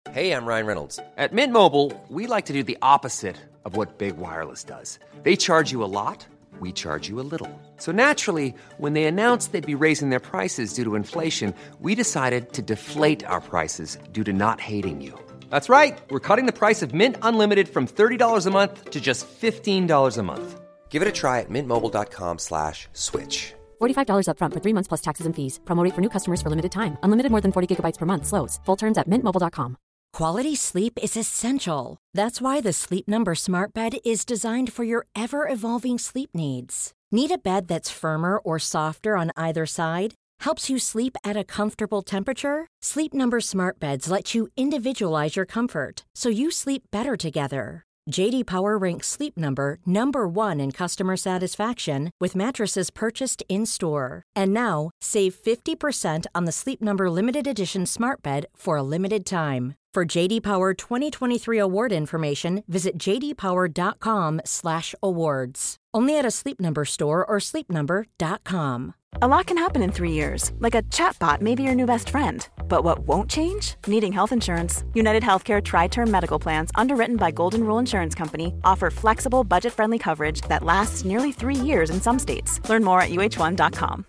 Hey, I'm Ryan Reynolds. At Mint Mobile, we like to do the opposite of what Big Wireless does. They charge you a lot, we charge you a little. So naturally, when they announced they'd be raising their prices due to inflation, we decided to deflate our prices due to not hating you. That's right. We're cutting the price of Mint Unlimited from $30 a month to just $15 a month. Give it a try at mintmobile.com/switch. $45 up front for 3 months plus taxes and fees. Promo rate for new customers for limited time. Unlimited more than 40 gigabytes per month. Slows full terms at mintmobile.com. Quality sleep is essential. That's why the Sleep Number Smart Bed is designed for your ever-evolving sleep needs. Need a bed that's firmer or softer on either side? Helps you sleep at a comfortable temperature? Sleep Number Smart Beds let you individualize your comfort, so you sleep better together. J.D. Power ranks Sleep Number #1 in customer satisfaction with mattresses purchased in-store. And now, save 50% on the Sleep Number Limited Edition Smart Bed for a limited time. For JD Power 2023 award information, visit jdpower.com/awards. Only at a Sleep Number store or sleepnumber.com. A lot can happen in 3 years, like a chatbot may be your new best friend. But what won't change? Needing health insurance. United Healthcare Tri-Term Medical Plans, underwritten by Golden Rule Insurance Company, offer flexible, budget-friendly coverage that lasts nearly 3 years in some states. Learn more at uh1.com.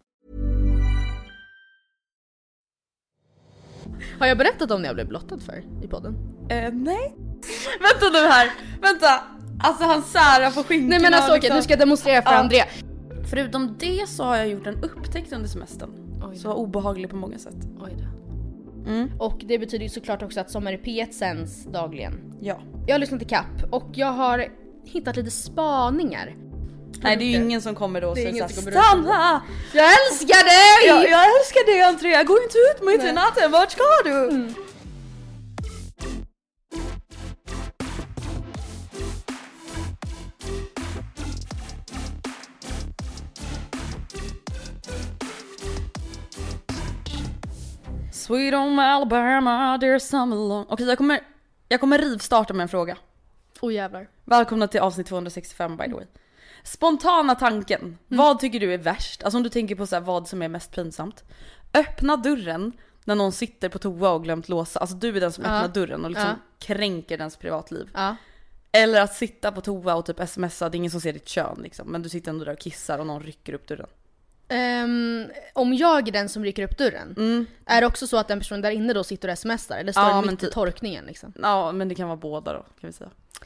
Har jag berättat om när jag blev blottad för i podden? Nej. Vänta nu här. Vänta. Alltså han särar på skinkorna. Nej men alltså okej, nu ska jag demonstrera för Andrea. Förutom det så har jag gjort en upptäckt under semestern. Så var obehaglig på många sätt. Oj då. Och det betyder ju såklart också att Sommar i P1 sänds dagligen. Ja. Jag har lyssnat i kapp och jag har hittat lite spaningar. Nej, det är ju ingen som kommer då och säger stanna! Jag älskar dig! Jag älskar dig, Andrea. Gå inte ut mitt i natten. Vart ska du? Sweet home Alabama, there's some along. Okej, jag kommer rivstarta med en fråga. Jävlar. Välkomna till avsnitt 265 by the way. Spontana tanken. Vad tycker du är värst? Alltså om du tänker på så här, vad som är mest pinsamt. Öppna dörren när någon sitter på toa och glömt låsa. Alltså du är den som öppnar dörren och liksom kränker dens privatliv. Eller att sitta på toa och typ smsa. Det är ingen som ser ditt kön liksom. Men du sitter ändå där och kissar och någon rycker upp dörren. Om jag är den som rycker upp dörren, är det också så att den personen där inne då sitter och smsar? Eller står det mitt i torkningen liksom? Ja, men det kan vara båda då, kan vi säga.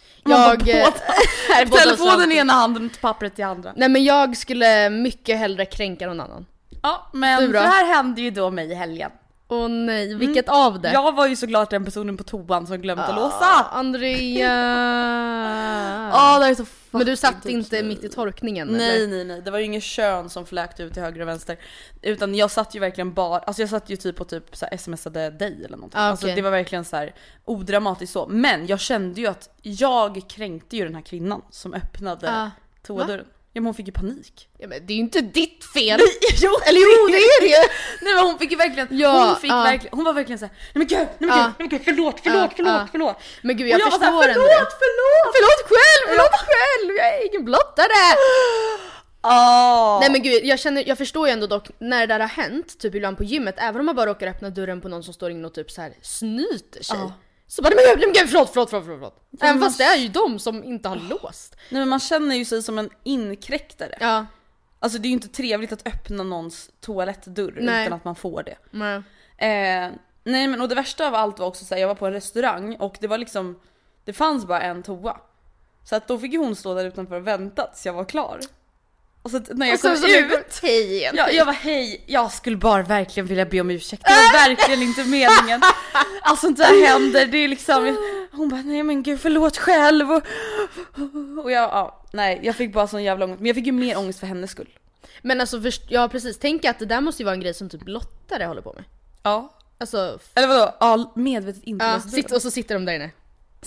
Telefonen i ena handen och pappret i andra. Nej men jag skulle mycket hellre kränka någon annan. Ja, men det här hände ju då mig i helgen. Åh nej, vilket av det? Jag var ju såklart den personen på toan som glömde att låsa. Andrea. Det är så. Men du satt inte mitt i torkningen? Nej, eller? nej. Det var ju ingen kön som fläkte ut till höger och vänster. Utan jag satt ju verkligen bara. Alltså jag satt ju typ och typ så här smsade dig eller någonting. Alltså det var verkligen så här odramatiskt så. Men jag kände ju att jag kränkte ju den här kvinnan som öppnade toadörren. Ja, men hon fick ju panik. Ja, men det är ju inte ditt fel. Jo, eller jo, det är det ju. Nej, men hon fick ju verkligen hon var verkligen så här, nej men gud, förlåt. Men gud, jag förstår så här, ändå. Förlåt själv. Jag är ingen blottare. Nej men gud, jag förstår ju ändå dock när det där har hänt, typ ibland på gymmet, även om man bara råkar öppna dörren på någon som står inne och typ så här snyter sig. Så bara, men gud, förlåt. Även fast det är ju de som inte har låst. Nej, men man känner ju sig som en inkräktare. Ja. Alltså det är ju inte trevligt att öppna någons toalettdörr utan att man får det. Nej. Nej, men och det värsta av allt var också så här, jag var på en restaurang och det var liksom, det fanns bara en toa. Så att då fick ju hon stå där utanför och vänta tills jag var klar. Och så när jag kom ut, jag var hej, jag skulle bara verkligen vilja be om ursäkt. Det var verkligen inte meningen. Alltså inte det händer, det är liksom. Hon bara, nej men gud, förlåt själv. Och jag fick bara sån jävla ångest. Men jag fick ju mer ångest för hennes skull. Men alltså, precis, tänk att det där måste ju vara en grej som typ blottare håller på med. Ja. Alltså, eller vadå? Ja, medvetet inte. Och så sitter de där inne.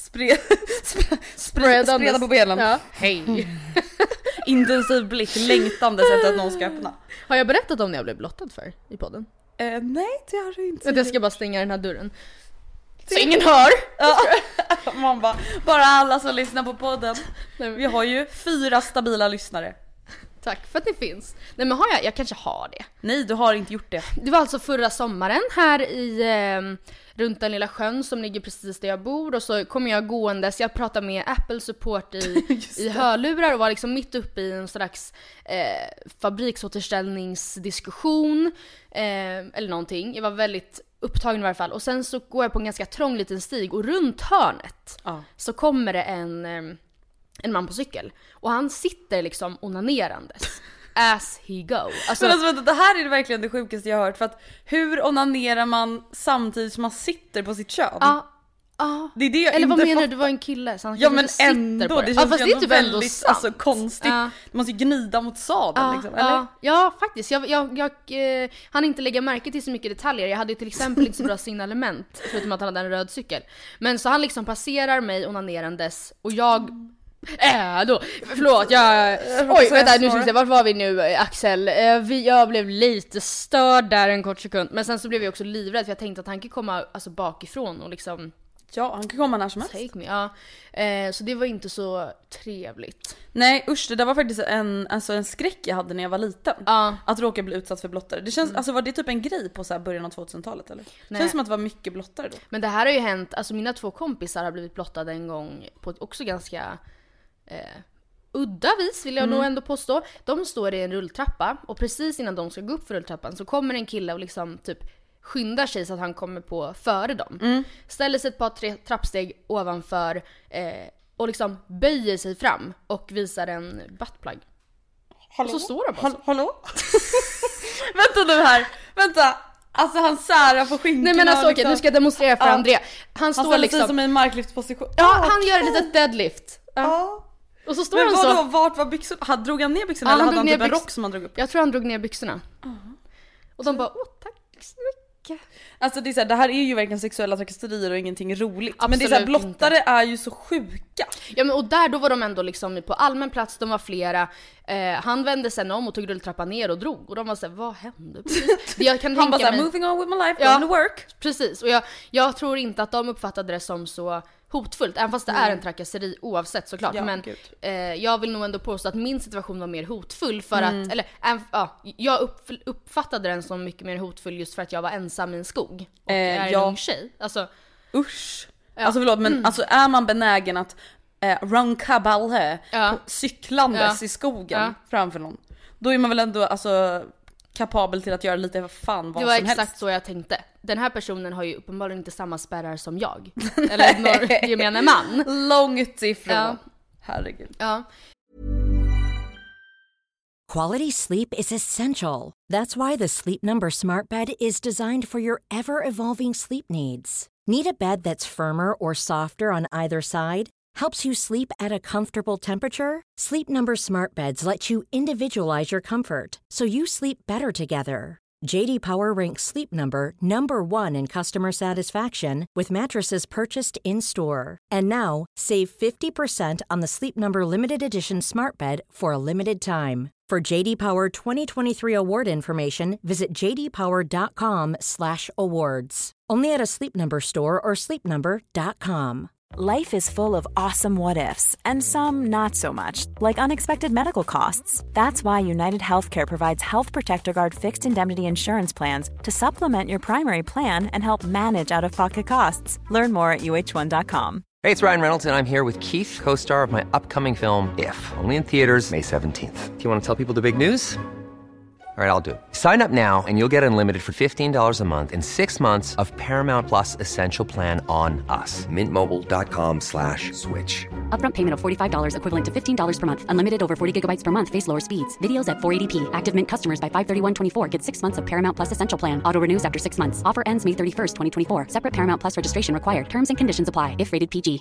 Spreda på benen. Ja. Hej. Intensiv blick, längtandes efter att någon ska öppna. Har jag berättat om när jag blev blottad för i podden? Nej, det har du inte. Jag ska bara stänga den här dörren så ingen hör. Man bara alla som lyssnar på podden. Vi har ju 4 stabila lyssnare. Tack för att ni finns. Nej men jag kanske har det. Nej, du har inte gjort det. Det var alltså förra sommaren här i runt den lilla sjön som ligger precis där jag bor. Och så kommer jag gåendes, jag pratar med Apple support i hörlurar och var liksom mitt uppe i en slags fabriksåterställningsdiskussion eller någonting. Jag var väldigt upptagen i varje fall. Och sen så går jag på en ganska trång liten stig och runt hörnet så kommer det en man på cykel. Och han sitter liksom onanerandes. As he go. Alltså, men vänta, det här är verkligen det sjukaste jag har hört. För att hur onanerar man samtidigt som man sitter på sitt kön? Det är det jag eller inte vad menar du? fattar. Det var en kille så han ja men ändå på det känns fast ju det är typ ändå väldigt sant. alltså, konstigt. Man måste ju gnida mot sadeln liksom, eller? Ja faktiskt, jag hann inte lägga märke till så mycket detaljer. Jag hade till exempel inte så bra signalement förutom att han hade en röd cykel. Men så han liksom passerar mig onanerandes och jag förlåt, oj vänta nu ska vi se, vart var vi nu Axel? Jag blev lite störd där en kort sekund. Men sen så blev jag också livrädd för jag tänkte att han kan komma alltså bakifrån och liksom ja, han kan komma när som helst. Take me, så det var inte så trevligt. Nej usch, det där var faktiskt en skräck jag hade när jag var liten. Att råka bli utsatt för blottare. Det känns, alltså var det typ en grej på så här början av 2000-talet eller? Det känns som att det var mycket blottare då. Men det här har ju hänt, alltså mina 2 kompisar har blivit blottade en gång på ett också ganska udda vis vill jag nog ändå påstå. De står i en rulltrappa och precis innan de ska gå upp för rulltrappan så kommer en kille och liksom typ skyndar sig så att han kommer på före dem. Ställer sig ett par 3 trappsteg ovanför och liksom böjer sig fram och visar en buttplug. Hallå? Och så står de bara Hallå? Vänta nu här. Vänta. Alltså han särar på skinkorna. Nej men alltså liksom. okej, nu ska jag demonstrera för André. Han står liksom som i en marklyftposition. Han gör ett litet deadlift. Och så står men han vadå, så. Vart var byxorna? Drog han ner byxorna eller hade han typ en rock som han drog upp? Jag tror han drog ner byxorna. Och de bara, tack så mycket. Alltså det är så här, det här är ju verkligen sexuella trakasserier och ingenting roligt. Absolut, men det är så här, blottare inte. Är ju så sjuka. Ja men och då var de ändå liksom på allmän plats, de var flera. Han vände sen om och tog rulltrappan ner och drog. Och de var såhär, vad hände? Jag kan han bara såhär, mig... moving on with my life, going to work. Precis, och jag tror inte att de uppfattade det som så hotfullt, även fast det är en trakasseri oavsett såklart. Men jag vill nog ändå påstå att min situation var mer hotfull för att, eller jag uppfattade den som mycket mer hotfull just för att jag var ensam i en skog och är en ung tjej. Alltså, usch. Alltså förlåt, men alltså är man benägen att runkaballe cyklandes i skogen framför någon, då är man väl ändå alltså kapabel till att göra lite fan vad som helst. Det var exakt så jag tänkte. Den här personen har ju uppenbarligen inte samma spärrar som jag. Eller någon gemene man. Långt ifrån. Herregud. Quality sleep is essential. That's why the Sleep Number Smart Bed is designed for your ever-evolving sleep needs. Need a bed that's firmer or softer on either side? Helps you sleep at a comfortable temperature? Sleep Number Smart Beds let you individualize your comfort so you sleep better together. JD Power ranks Sleep Number #1 in customer satisfaction with mattresses purchased in-store. And now, save 50% on the Sleep Number Limited Edition Smart Bed for a limited time. For JD Power 2023 award information, visit jdpower.com/awards. Only at a Sleep Number store or sleepnumber.com. Life is full of awesome what-ifs, and some not so much, like unexpected medical costs. That's why United Healthcare provides Health Protector Guard fixed indemnity insurance plans to supplement your primary plan and help manage out-of-pocket costs. Learn more at uh1.com. Hey, it's Ryan Reynolds, and I'm here with Keith, co-star of my upcoming film, If, only in theaters May 17th. Do you want to tell people the big news? All right, I'll do it. Sign up now and you'll get unlimited for $15 a month and 6 months of Paramount Plus Essential Plan on us. MintMobile.com/switch. Upfront payment of $45 equivalent to $15 per month. Unlimited over 40 gigabytes per month. Face lower speeds. Videos at 480p. Active Mint customers by 531.24 get 6 months of Paramount Plus Essential Plan. Auto renews after 6 months. Offer ends May 31st, 2024. Separate Paramount Plus registration required. Terms and conditions apply if rated PG.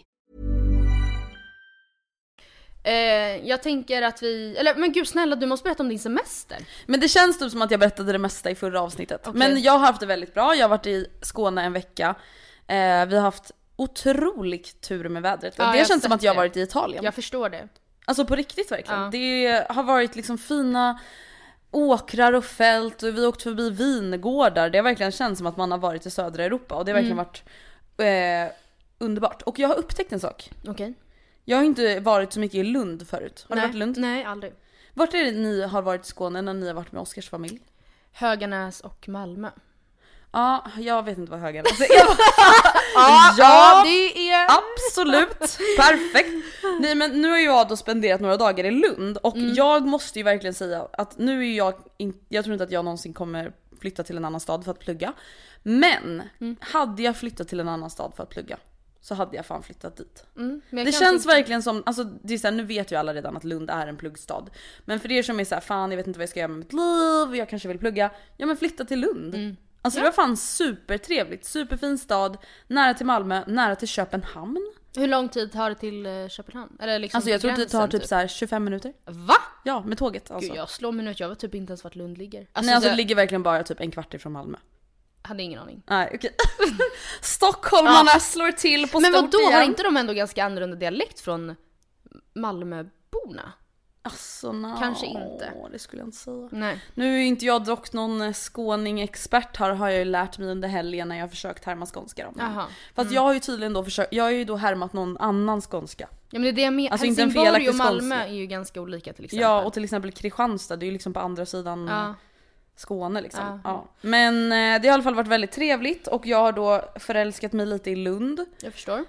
Jag tänker att men gud snälla, du måste berätta om din semester. Men det känns typ som att jag berättade det mesta i förra avsnittet. Okay. Men jag har haft det väldigt bra. Jag har varit i Skåne en vecka. Vi har haft otroligt tur med vädret. Det känns som att jag har varit i Italien. Jag förstår det. Alltså på riktigt verkligen. Det har varit liksom fina åkrar och fält och vi har åkt förbi vingårdar. Det har verkligen känts som att man har varit i södra Europa och det har verkligen varit underbart. Och jag har upptäckt en sak. Okej. Jag har inte varit så mycket i Lund förut. Har du varit i Lund? Nej, aldrig. Vart är det ni har varit i Skåne när ni har varit med Oskars familj? Höganäs och Malmö. Ja, jag vet inte vad Höganäs är. Ja, det är... Absolut, perfekt. Nej, men nu har jag då spenderat några dagar i Lund och jag måste ju verkligen säga att nu är jag tror inte att jag någonsin kommer flytta till en annan stad för att plugga. Men hade jag flyttat till en annan stad för att plugga så hade jag fan flyttat dit. Det känns verkligen som, alltså det är så här, nu vet ju alla redan att Lund är en pluggstad. Men för er som är så här, fan jag vet inte vad jag ska göra med mitt liv, jag kanske vill plugga. Ja men flytta till Lund. Alltså det var fan supertrevligt, superfin stad, nära till Malmö, nära till Köpenhamn. Hur lång tid tar det till Köpenhamn? Eller liksom alltså jag tror att det tar typ så här 25 minuter. Va? Ja, med tåget alltså. Gud, jag slår mig nu att jag vet typ inte ens vart Lund ligger. Alltså, nej, alltså det ligger verkligen bara typ en kvart ifrån Malmö. Hade ingen aning. Nej, okej. Stockholmarna slår till på stort igen. Men vadå, har inte de ändå ganska annorlunda dialekt från Malmöborna? Alltså, kanske inte. Det skulle jag inte säga. Nej. Nu är inte jag dock någon skåning-expert här, har jag ju lärt mig under helgen när jag har försökt härma skånska. Fast jag har ju tydligen då jag har ju då härmat någon annan skånska. Ja men det är det jag menar. Alltså Helsingborg och Malmö är ju ganska olika till exempel. Ja, och till exempel Kristianstad, det är ju liksom på andra sidan Skåne liksom. Ja. Men det har i alla fall varit väldigt trevligt och jag har då förälskat mig lite i Lund. Jag förstår.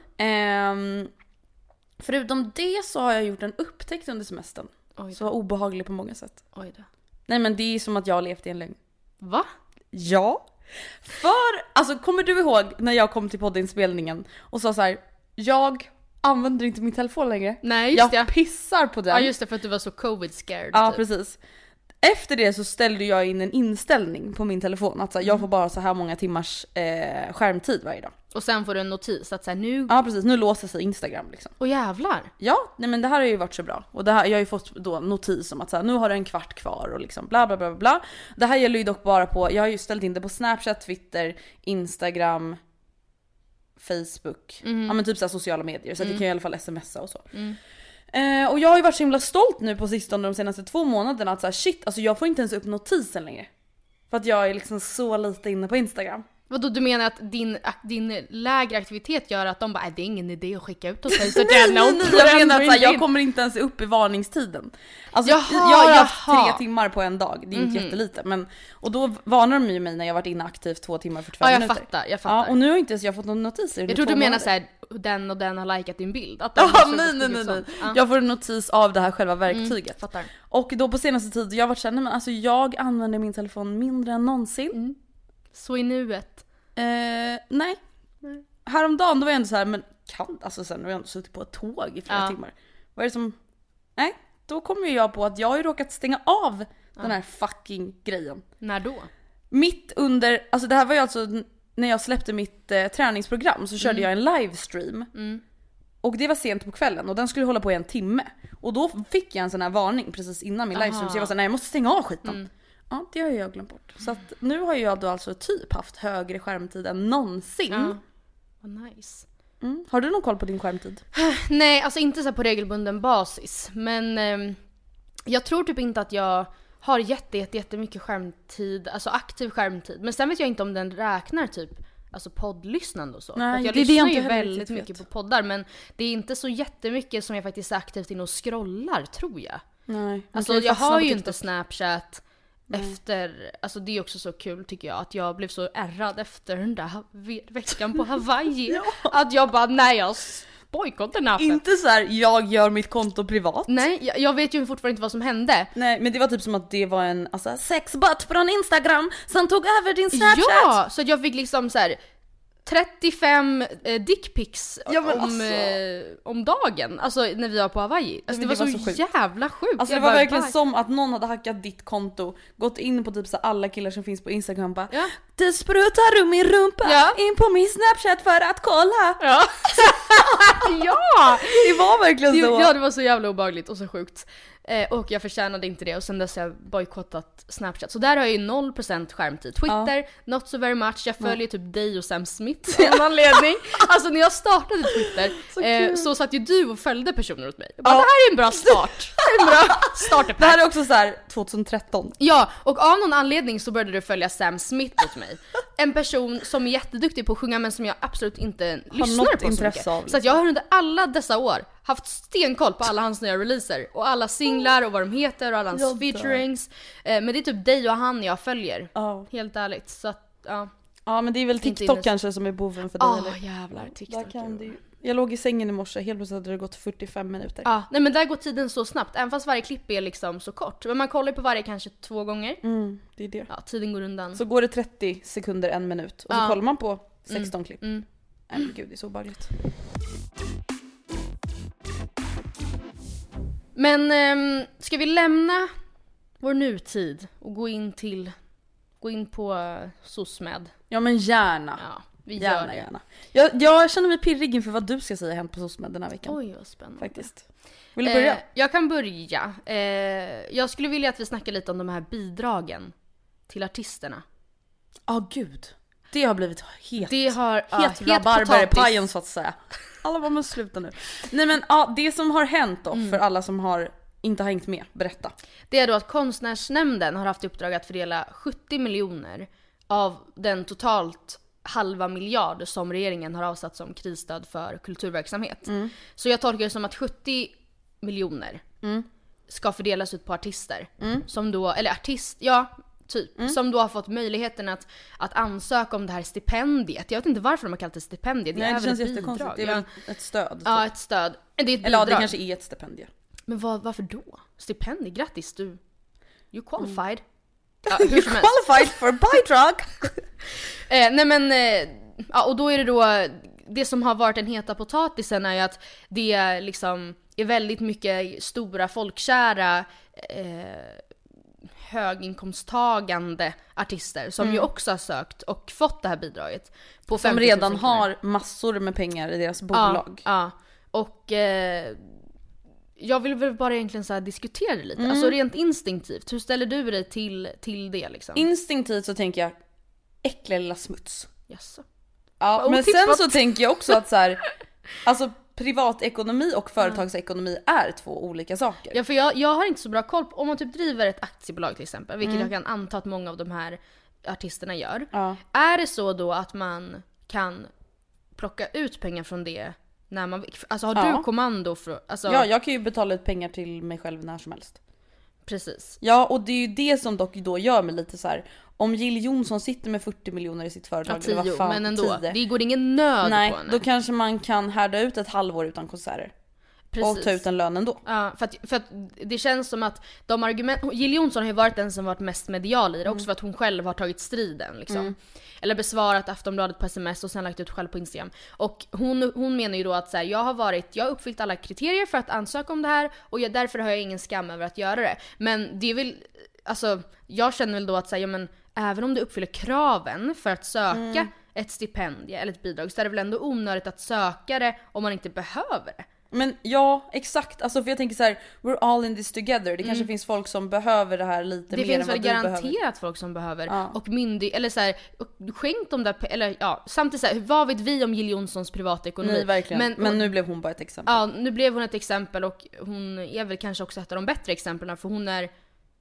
Förutom det så har jag gjort en upptäckt under semestern. Så var obehaglig på många sätt. Oj då. Nej men det är som att jag har levt i en lögn. Va? Ja. Alltså kommer du ihåg när jag kom till poddinspelningen och sa så här: jag använder inte min telefon längre. Nej, just jag pissar på den. Ja just det, för att du var så covid-scared. Ja, typ. precis. Efter det så ställde jag in en inställning på min telefon att jag får bara så här många timmars skärmtid varje dag. Och sen får du en notis att så här, nu... Ja precis, nu låser sig Instagram liksom. Åh jävlar. Ja, nej men det här har ju varit så bra. Och det här, jag har ju fått då notis om att så här, nu har du en kvart kvar och liksom bla bla bla bla. Det här gäller ju dock bara på, jag har ju ställt in det på Snapchat, Twitter, Instagram, Facebook. Ja men typ så här sociala medier, så att jag kan i alla fall smsa och så. Och jag har ju varit så himla stolt nu på sistone de senaste 2 månaderna att så här, shit, alltså jag får inte ens upp notisen längre. För att jag är liksom så lite inne på Instagram. Vadå, du menar att din lägre aktivitet gör att de bara, det är ingen idé att skicka ut oss? Så nej, jag menar att så här, jag kommer inte ens upp i varningstiden. Alltså jag har haft 3 timmar på en dag, det är inte jättelite. Men, och då varnar de ju mig när jag varit inne aktivt 2 timmar 45 minuter. Jag fattar. Ja, och nu har inte ens jag fått någon notis. Jag tror du menar såhär, den och den har likat din bild. Att nej. Jag får en notis av det här själva verktyget. Fattar. Och då på senaste tid, jag har varit såhär, men alltså jag använder min telefon mindre än någonsin. Så i nuet? Nej. Häromdagen då var jag ändå så här, men alltså sen har jag ändå suttit på ett tåg i flera timmar. Vad är det som... Nej, då kommer jag på att jag har ju råkat stänga av den här fucking grejen. När då? Mitt under, alltså det här var ju alltså när jag släppte mitt träningsprogram så körde jag en livestream. Och det var sent på kvällen och den skulle hålla på i 1 timme. Och då fick jag en sån här varning precis innan min livestream, så jag var så här, nej jag måste stänga av skiten. Ja, det har jag glömt bort. Så att nu har jag då alltså typ haft högre skärmtid än någonsin. Vad nice. Har du någon koll på din skärmtid? Nej, alltså inte så på regelbunden basis. Men jag tror typ inte att jag har jättemycket skärmtid, alltså aktiv skärmtid. Men sen vet jag inte om den räknar typ alltså poddlyssnande och så. Nej, jag lyssnar ju väldigt mycket på poddar, men det är inte så jättemycket som jag faktiskt är aktivt in och scrollar, tror jag. Nej. Alltså jag har ju inte Snapchat efter, alltså det är också så kul tycker jag, att jag blev så ärrad efter den där veckan på Hawaii. Att jag bara, nej jag bojkottar den appen. Inte så här, jag gör mitt konto privat. Nej, jag vet ju fortfarande inte vad som hände. Nej, men det var typ som att det var en sexbot från Instagram som tog över din Snapchat. Ja, så jag fick liksom så här 35 dickpics om dagen, alltså när vi var på Hawaii. Alltså det var så jävla sjukt. Alltså det var verkligen som att någon hade hackat ditt konto, gått in på typ så alla killar som finns på Instagram bara, det sprutar ur min rumpa in på min Snapchat för att kolla. Ja. Ja, det var verkligen så. Ja, det var så jävla obehagligt och så sjukt. Och jag förtjänade inte det, och sen dess har jag bojkottat Snapchat. Så där har jag ju 0% skärmtid. Twitter, not so very much. Jag följer typ dig och Sam Smith av någon anledning. Alltså när jag startade Twitter så satt ju du och följde personer åt mig. Jag bara, det här är en bra start. Det är en bra starter. Det här är också så här 2013. Ja, och av någon anledning så började du följa Sam Smith åt mig. En person som är jätteduktig på att sjunga men som jag absolut inte lyssnar på så mycket. Så att jag har under alla dessa år haft stenkoll på alla hans nya releaser och alla singlar och vad de heter och alla hans featurings. Men det är typ dig och han jag följer. Helt ärligt. Så att, Ja, men det är väl TikTok kanske som är boven för dig. eller? Jävlar, TikTok. Där kan du... Jag låg i sängen i morse, helt plötsligt hade det gått 45 minuter. Nej men där går tiden så snabbt, även fast varje klipp är liksom så kort. Men man kollar på varje kanske 2 gånger. Det är det. Ja, tiden går undan. Så går det 30 sekunder, 1 minut. Och så kollar man på 16 klipp. Nej men gud, det är så obehagligt. Men ska vi lämna vår nutid och gå in på SOSMED? Ja men gärna. Ja, vi gör det. Gärna. Jag känner mig pirrig inför vad du ska säga hänt på SOSMED den här veckan. Oj vad spännande. Faktiskt. Vill du börja? Jag kan börja. Jag skulle vilja att vi snackar lite om de här bidragen till artisterna. Gud. Det har blivit helt rabarber i pajen så att säga. Alla bara måste sluta nu. Nej men det som har hänt då för alla som inte har hängt med, berätta. Det är då att Konstnärsnämnden har haft i uppdrag att fördela 70 miljoner av den totalt halva miljard som regeringen har avsatt som krisstöd för kulturverksamhet. Så jag tolkar det som att 70 miljoner ska fördelas ut på artister som då, eller som då har fått möjligheten att ansöka om det här stipendiet. Jag vet inte varför de har kallat det stipendiet. Det är väl ett bidrag. Det är väl ett stöd. Ja, ett stöd. Det är ett bidrag. Eller det kanske är ett stipendium. Men varför då? Stipendiet, grattis du. You qualified. You qualified for bidrag. Nej men, och då är det då, det som har varit en heta potatisen är ju att det liksom är väldigt mycket stora folkkära höginkomsttagande artister som ju också har sökt och fått det här bidraget på 50 000 som redan har massor med pengar i deras bolag. Och jag vill väl bara egentligen så här diskutera det lite. Alltså rent instinktivt, hur ställer du dig till det liksom? Instinktivt så tänker jag äckliga lilla smuts. Yes. Ja, men sen så tänker jag också att så här, alltså privatekonomi och företagsekonomi är 2 olika saker. Ja, för jag har inte så bra koll på, om man typ driver ett aktiebolag till exempel, vilket jag kan anta att många av de här artisterna gör. Är det så då att man kan plocka ut pengar från det när man, alltså har du kommando för, alltså... Ja, jag kan ju betala ut pengar till mig själv när som helst. Precis. Ja, och det är ju det som dock då gör mig lite så här. Om Jill Johnson sitter med 40 miljoner i sitt företag, 10, eller vad fan, men ändå, 10. det går ingen nöd på henne. Då kanske man kan härda ut ett halvår utan konserter. Precis. Och ta ut en lön ändå. Ja, för att det känns som att de argument... Jill Johnson har ju varit den som varit mest medial i det, också för att hon själv har tagit striden liksom. Eller besvarat Aftonbladet på sms och sen lagt ut själv på Instagram. Och hon menar ju då att så här, jag har uppfyllt alla kriterier för att ansöka om det här och därför har jag ingen skam över att göra det. Men det är väl, alltså jag känner väl då att så här, ja, men även om du uppfyller kraven för att söka ett stipendium eller ett bidrag, så är det väl ändå onödigt att söka det om man inte behöver det. Men ja, exakt. Alltså för jag tänker så här, we're all in this together. Det kanske finns folk som behöver det här lite mer än vad du behöver. Det finns väl garanterat folk som behöver. Och eller så här, skänk dem där, eller ja, samtidigt så här, vad vet vi om Jill Johnsons privatekonomi? Nej, verkligen. Men nu blev hon bara ett exempel. Ja, nu blev hon ett exempel och hon är väl kanske också ett av de bättre exemplen, för hon är...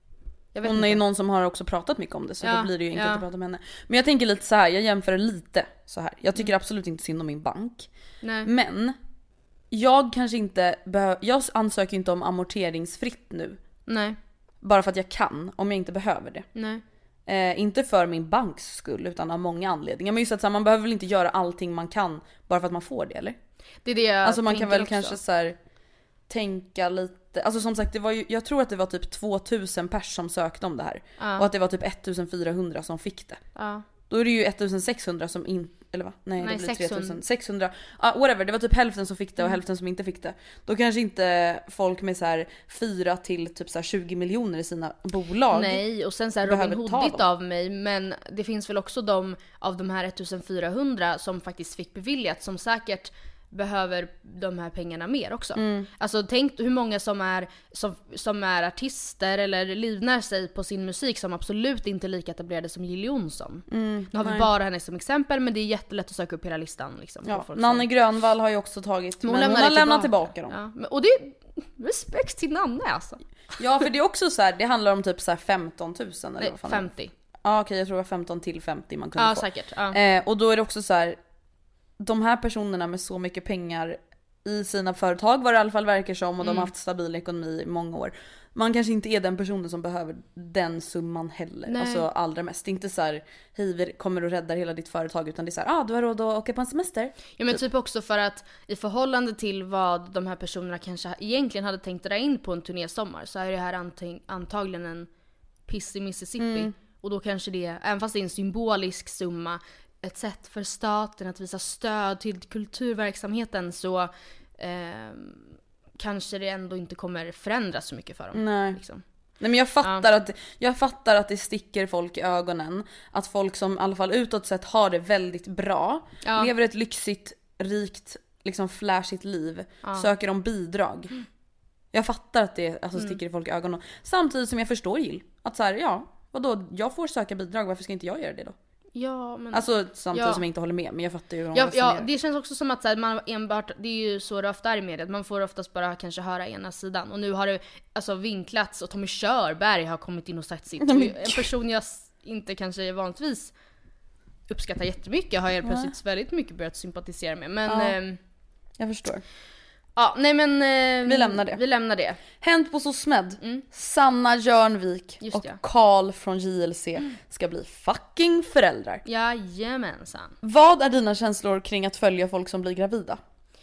Hon är ju någon som har också pratat mycket om det, så då blir det ju enkelt att prata med henne. Men jag tänker lite så här, jag jämför lite så här. Jag tycker absolut inte synd om min bank. Nej. Men jag kanske inte jag ansöker inte om amorteringsfritt nu. Nej. Bara för att jag kan, om jag inte behöver det. Nej. Inte för min banks skull, utan av många anledningar. Men just att så här, man behöver väl inte göra allting man kan bara för att man får det, eller? Det är det jag alltså man kan väl också. kanske så här, tänka lite. Alltså som sagt, det var ju, jag tror att det var typ 2000 pers som sökte om det här. Och att det var typ 1400 som fick det. Då är det ju 1600 som inte, eller va? Nej, det blir 3600. Whatever, det var typ hälften som fick det och hälften som inte fick det. Då kanske inte folk med så här 4 till typ så här 20 miljoner i sina bolag. Nej, och sen så här Robin Hoodit av mig, men det finns väl också de av de här 1400 som faktiskt fick beviljat, som säkert behöver de här pengarna mer också. Alltså tänk hur många som är artister eller livnär sig på sin musik som absolut inte är lika etablerade som Jill Johnson. Nu har vi bara henne som exempel, men det är jättelätt att söka upp hela listan liksom, ja, Nanne Grönvall har ju också tagit, men hon har lämnat tillbaka dem. Ja, och det är respekt till Nanne alltså. Ja, för det är också så här, det handlar om typ så här 15 000 eller nej, vad fan 50. Ja, okej, jag tror det var 15 till 50 man kunde få. Säkert. Och då är det också så här, de här personerna med så mycket pengar i sina företag, vad det i alla fall verkar som, och de har haft stabil ekonomi i många år. Man kanske inte är den personen som behöver den summan heller. Nej. Alltså allra mest. Det är inte så här, hej vi kommer och räddar hela ditt företag, utan det är så här, du har råd att åka på en semester. Ja, men typ också för att i förhållande till vad de här personerna kanske egentligen hade tänkt dra in på en turnésommar, så är det här antagligen en piss i Mississippi. Och då kanske det, även fast det är en symbolisk summa, ett sätt för staten att visa stöd till kulturverksamheten, så kanske det ändå inte kommer förändras så mycket för dem. Nej. Liksom. Nej, men jag fattar att det sticker folk i ögonen. Att folk som i alla fall utåt sett har det väldigt bra, lever ett lyxigt, rikt, liksom flashigt liv, söker om bidrag. Jag fattar att det sticker i folk i ögonen. Samtidigt som jag förstår Jill. Att så här, vadå, jag får söka bidrag, varför ska inte jag göra det då? Ja, men... Alltså samtidigt som jag inte håller med, men jag fattar ju hur de resonerar. Det känns också som att så här, man enbart, det är ju så det ofta är i media, man får oftast bara kanske höra ena sidan. Och nu har det alltså vinklats, och Tommy Körberg har kommit in och sagt sitt. En person jag inte kanske vanligtvis uppskattar jättemycket har jag plötsligt väldigt mycket börjat sympatisera med. Men jag förstår. Ja, nej men vi lämnar det. Hänt på SOSMED. Sanna Jörnvik och Karl från JLC ska bli fucking föräldrar. Jajamensan. Vad är dina känslor kring att följa folk som blir gravida?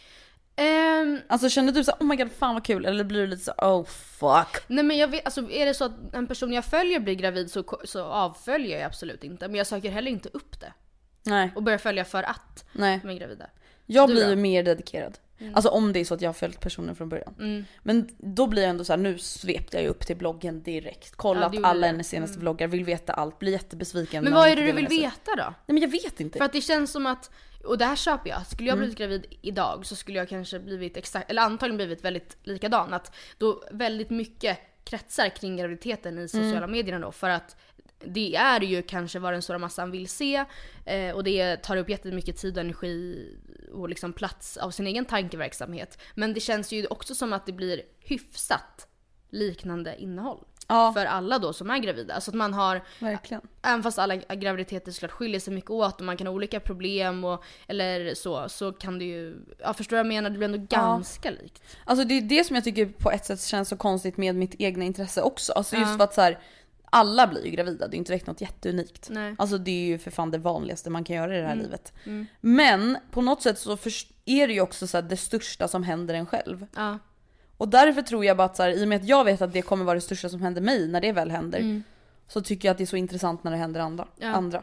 Alltså känner du så oh my god, fan vad kul, eller blir du lite så oh fuck? Nej, men jag vet, alltså är det så att en person jag följer blir gravid, så avföljer jag absolut inte. Men jag söker heller inte upp det. Nej. Och börjar följa för att de är gravida. Jag blir ju mer dedikerad. Alltså om det är så att jag har följt personen från början. Men då blir jag ändå så här, nu svepte jag ju upp till bloggen direkt. Kollat alla hennes senaste vloggar, vill veta allt, blir jättebesviken. Men vad är det du vill veta då? Nej, men jag vet inte. För att det känns som att, och det här köper jag, skulle jag blivit gravid idag så skulle jag kanske blivit exakt, eller antagligen blivit väldigt likadan. Att då väldigt mycket kretsar kring graviditeten i sociala medierna då, för att det är ju kanske vad den stora massan vill se, och det tar upp jättemycket tid och energi och liksom plats av sin egen tankeverksamhet. Men det känns ju också som att det blir hyfsat liknande innehåll för alla då som är gravida. Alltså att man har, verkligen, även fast alla graviditeter såklart skiljer sig mycket åt och man kan ha olika problem eller så kan det ju, förstår jag menar, det blir ändå ganska likt. Alltså det är det som jag tycker på ett sätt känns så konstigt med mitt egna intresse också. Alltså just för att så här, alla blir ju gravida, det är inte direkt något jätteunikt. Nej. Alltså det är ju för fan det vanligaste man kan göra i det här livet. Men på något sätt så är det ju också så här det största som händer en själv. Och därför tror jag bara att så här, i och med att jag vet att det kommer vara det största som händer mig när det väl händer, så tycker jag att det är så intressant när det händer andra.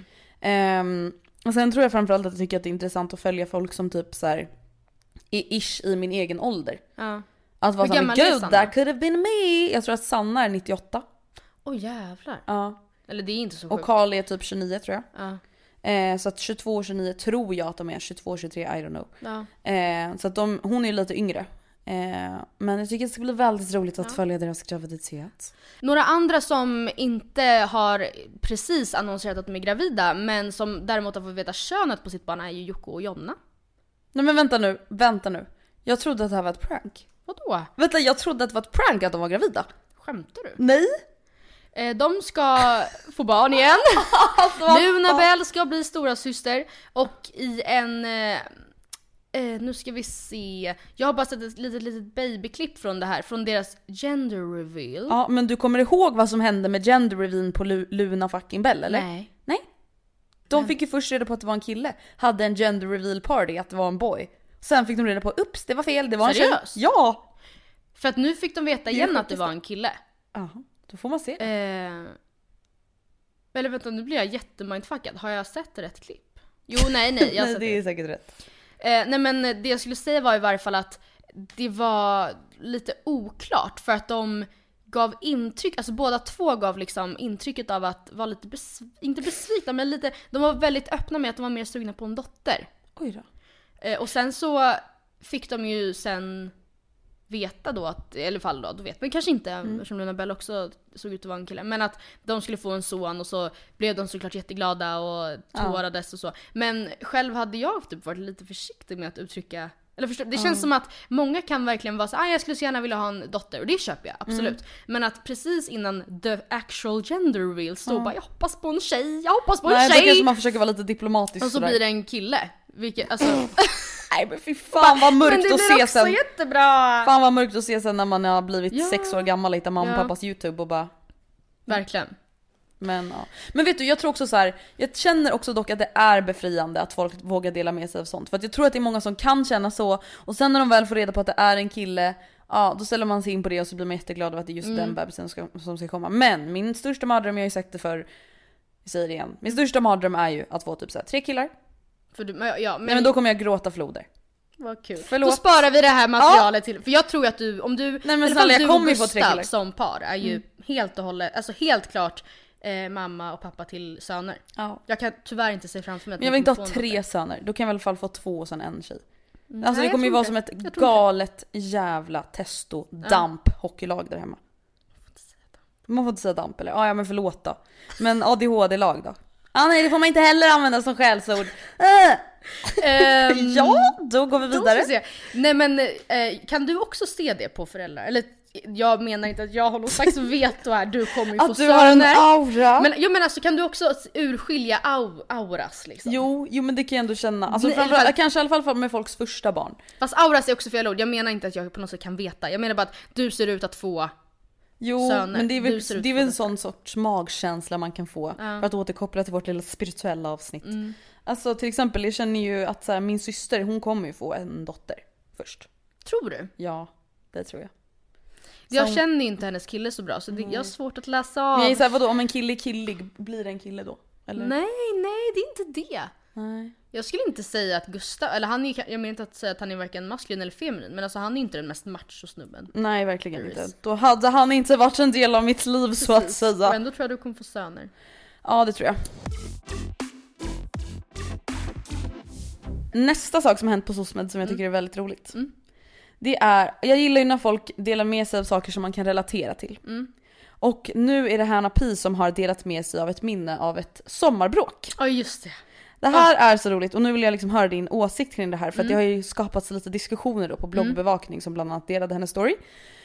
Och sen tror jag framförallt att jag tycker att det är intressant att följa folk som typ så här är ish i min egen ålder. Att vara såhär, gud, that could have been me. Jag tror att Sanna är 98. Jävlar. Eller det är inte så sjukt. Och Karl är typ 29 tror jag. Så att 22 och 29 tror jag att de är. 22 och 23, I don't know. Så att hon är lite yngre. Men jag tycker det ska bli väldigt roligt att följa deras graviditet. Några andra som inte har precis annonserat att de är gravida, men som däremot har fått veta könet på sitt barn, är ju Jocke och Jonna. Nej men vänta nu. Jag trodde att det här var ett prank. Vadå? Vänta, jag trodde att det var ett prank att de var gravida. Skämtar du? Nej. De ska få barn igen. Luna Bell ska bli stora syster. Och i en... nu ska vi se. Jag har bara sett ett litet babyklipp från det här. Från deras gender reveal. Ja, men du kommer ihåg vad som hände med gender reveal på Luna fucking Bell, eller? Nej. De fick ju först reda på att det var en kille. Hade en gender reveal party, att det var en boy. Sen fick de reda på, ups, det var fel, det var en tjej. Ja! För att nu fick de veta igen att det var en kille. Ja, då får man se. Eller vänta, nu blir jag jättemindfuckad. Har jag sett rätt klipp? Jo, nej, jag har sett det är säkert rätt. Nej, men det jag skulle säga var i varje fall att det var lite oklart, för att de gav intryck, alltså båda två gav liksom intrycket av att vara lite inte besvikna, men lite, de var väldigt öppna med att de var mer sugna på en dotter. Oj då. Och sen så fick de ju sen veta då att, i alla fall då vet man kanske inte, eftersom Luna Bell också såg ut att vara en kille, men att de skulle få en son, och så blev de såklart jätteglada och tårades och så. Men själv hade jag typ varit lite försiktig med att uttrycka, eller förstå, det känns som att många kan verkligen vara så jag skulle så gärna vilja ha en dotter, och det köper jag absolut. Men att precis innan the actual gender reveal stod bara, jag hoppas på en tjej. Nej, då kanske man försöker vara lite diplomatisk. Och så blir det en kille. Vilket, alltså Nej men fy fan vad mörkt men det att blir se också sen. jättebra. Fan vad mörkt att se sen när man har blivit 6 år gammal och hittar mamma och pappas YouTube och bara... Verkligen. Men ja. Men vet du, jag tror också så här. Jag känner också dock att det är befriande att folk vågar dela med sig av sånt. För att jag tror att det är många som kan känna så. Och sen när de väl får reda på att det är en kille, ja då ställer man sig in på det och så blir man jätteglad över att det är just den bebisen som ska komma. Men min största mardröm, jag har ju sagt det för, jag säger det igen. Min största mardröm är ju att få typ så här 3 killar. För du, Nej men då kommer jag gråta floder. Vad kul. Förlåt. Då sparar vi det här materialet till. För jag tror att du, om du, nej, men snälla, jag kommer ju få 3 Gustav killar som par är ju helt och hållet, alltså helt klart mamma och pappa till söner. Ja. Jag kan tyvärr inte se framför mig att Men jag vill inte ha få en 3 dotter. söner. Då kan jag i alla fall få 2 och sen en tjej. Alltså Nej, det jag kommer ju tror vara inte. som ett Jag tror galet jävla testo-damp hockeylag där hemma. Man får inte säga damp eller? Ja men förlåt då. Men ADHD-lag då? Nej det får man inte heller använda som skällsord. Ja, då går vi vidare. Nej men kan du också se det på föräldrar? Eller jag menar inte att jag har någon slags veto här, du kommer ju få att du har en aura. Men alltså kan du också urskilja auras liksom? Jo men det kan jag ändå känna. Alltså Nej, framförallt, kanske i alla fall med folks första barn. Fast auras är också fel ord. Jag menar inte att jag på något sätt kan veta. Jag menar bara att du ser ut att få söner. Men det är väl en det. sån sorts magkänsla man kan få. För att återkoppla till vårt lilla spirituella avsnitt. Alltså till exempel, jag känner ju att så här, min syster, hon kommer ju få en dotter först. Tror du? Ja, det tror jag. Jag känner ju inte hennes kille så bra, så jag har svårt att läsa av. Men jag är såhär, vadå, om en kille är killig, blir det en kille då? Eller? Nej, det är inte det. Nej. Jag skulle inte säga att Gustav, eller han är, jag menar inte att säga att han är varken maskulin eller feminin, men alltså han är inte den mest macho-snubben. Nej, verkligen inte. Då hade han inte varit en del av mitt liv. Precis. Så att säga. Och ändå tror jag du kommer få söner. Ja, det tror jag. Nästa sak som har hänt på SOSMED som jag tycker är väldigt roligt. Det är, jag gillar ju när folk delar med sig av saker som man kan relatera till. Och nu är det Hanna Pi som har delat med sig av ett minne av ett sommarbråk. Ja, just det. Det här är så roligt och nu vill jag liksom höra din åsikt kring det här. För att det har ju skapats lite diskussioner då på bloggbevakning som bland annat delade hennes story.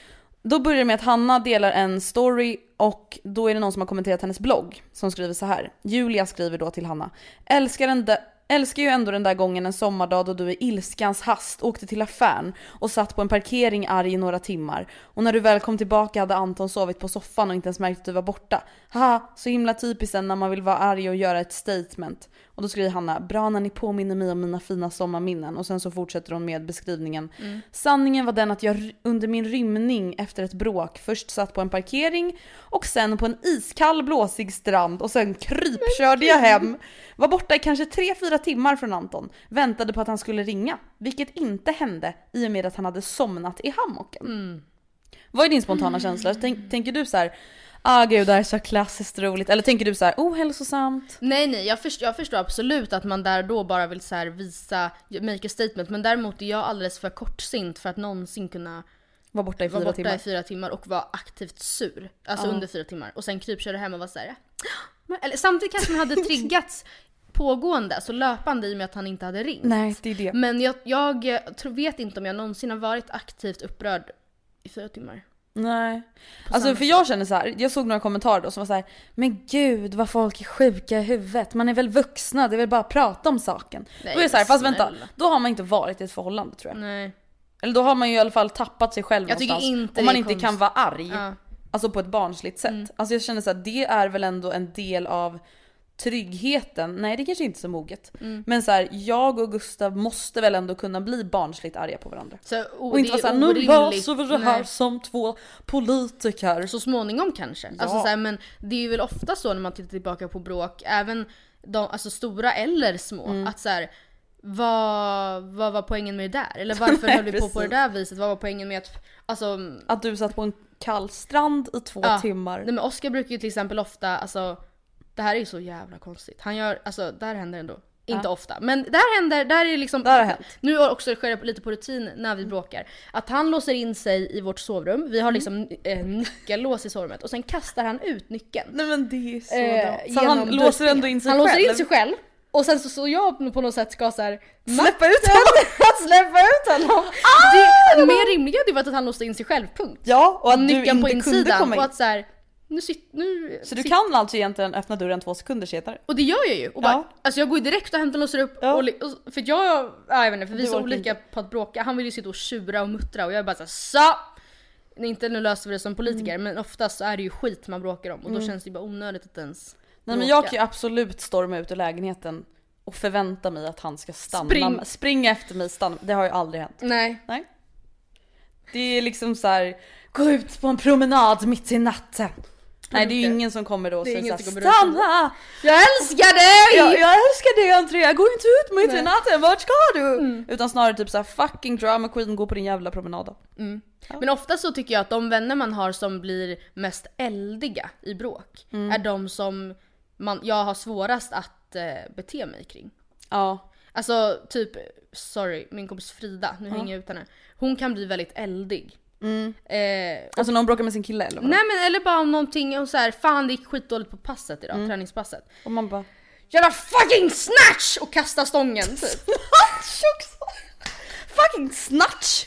Då börjar det med att Hanna delar en story och då är det någon som har kommenterat hennes blogg som skriver så här. Julia skriver då till Hanna: Älskar ju ändå den där gången en sommardag då du i ilskans hast åkte till affären och satt på en parkering arg i några timmar. Och när du väl kom tillbaka hade Anton sovit på soffan och inte ens märkt att du var borta. Haha, så himla typiskt när man vill vara arg och göra ett statement. Och då skriver Hanna: bra när ni påminner mig om mina fina sommarminnen. Och sen så fortsätter hon med beskrivningen. Sanningen var den att jag under min rymning efter ett bråk först satt på en parkering och sen på en iskall blåsig strand och sen krypkörde jag hem. Var borta i kanske 3-4 timmar från Anton. Väntade på att han skulle ringa. Vilket inte hände i och med att han hade somnat i hammocken. Vad är din spontana känsla? Tänker du så här: gud, det här är så klassiskt roligt? Eller tänker du så här: ohälsosamt? Nej, jag förstår absolut att man där då bara vill så här visa, make a statement. Men däremot är jag alldeles för kortsint för att någonsin kunna Var borta i 4 timmar och vara aktivt sur. Alltså under 4 timmar. Och sen krypkörde hem och var så här. Eller samtidigt kanske man hade triggats pågående, så löpande i och med att han inte hade ringt. Nej, det är det. Men jag vet inte om jag någonsin har varit aktivt upprörd i 4 timmar. Nej. Alltså för jag känner så här, jag såg några kommentarer då som var så här: men gud vad folk är sjuka i huvudet. Man är väl vuxna, det är väl bara att prata om saken. Nej, då är det så här, fast vänta, då har man inte varit i ett förhållande tror jag. Nej. Eller då har man ju i alla fall tappat sig själv jag någonstans. Inte om man inte kan vara arg. Ja. Alltså på ett barnsligt sätt. Alltså jag känner så här, det är väl ändå en del av tryggheten. Nej, det kanske inte är så moget. Men så här, jag och Gustav måste väl ändå kunna bli barnsligt arga på varandra. Så, och inte vara såhär, nu löser vi det här som 2 politiker. Så småningom kanske. Ja. Alltså, så här, men det är ju väl ofta så när man tittar tillbaka på bråk, även de, alltså stora eller små, att så här, vad var poängen med det där? Eller varför höll vi på det där viset? Vad var poängen med att, alltså, att du satt på en kall strand i 2 timmar? Nej, men Oscar brukar ju till exempel ofta, alltså det här är ju så jävla konstigt. Han gör, alltså där händer ändå. Inte ofta, men där är det liksom. Där har hänt. Nu också sker det lite på rutin när vi bråkar. Att han låser in sig i vårt sovrum. Vi har liksom nyckellås i sovrummet och sen kastar han ut nyckeln. Nej men det är så bra. Så han låser ändå in sig själv. Han själv. låser in sig själv. Och sen så jag på något sätt ska så här släppa ut honom. Det mer rimliga hade varit att han låste in sig själv, punkt. Ja, och att nyckeln du på inte kunde insidan komma in. och att så här, nu Så du kan alltså egentligen öppna dörren 2 sekunder senare? Och det gör jag ju. Och bara, alltså jag går ju direkt och hämtar och låser upp. Ja. Och för jag vet inte, för vi är så olika på att bråka. Han vill ju sitta och tjura och muttra och jag är bara så inte nu löser vi det som politiker, men oftast så är det ju skit man bråkar om. Och då känns det bara onödigt att ens Nej, men jag kan ju absolut storma ut ur lägenheten och förvänta mig att han ska springa efter mig, stanna. Det har ju aldrig hänt. Nej. Det är liksom så här: gå ut på en promenad mitt i natten. Nej, det är ju ingen som kommer då och säger såhär: stanna! Jag älskar dig! Jag älskar dig, Andrea, gå inte ut mitt i natten, vart ska du? Utan snarare typ såhär: fucking drama queen, gå på din jävla promenad. Men ofta så tycker jag att de vänner man har som blir mest eldiga i bråk är de som jag har svårast att bete mig kring. Ja. Alltså typ, min kompis Frida, nu hänger jag ut henne. Hon kan bli väldigt eldig. Alltså någon bråkar med sin kille eller vad? Nej men eller bara om någonting och så här, fan det gick skitdåligt på passet idag, träningspasset. Och man bara: jävla fucking snatch! Och kasta stången typ. Snatch också! Fucking snatch!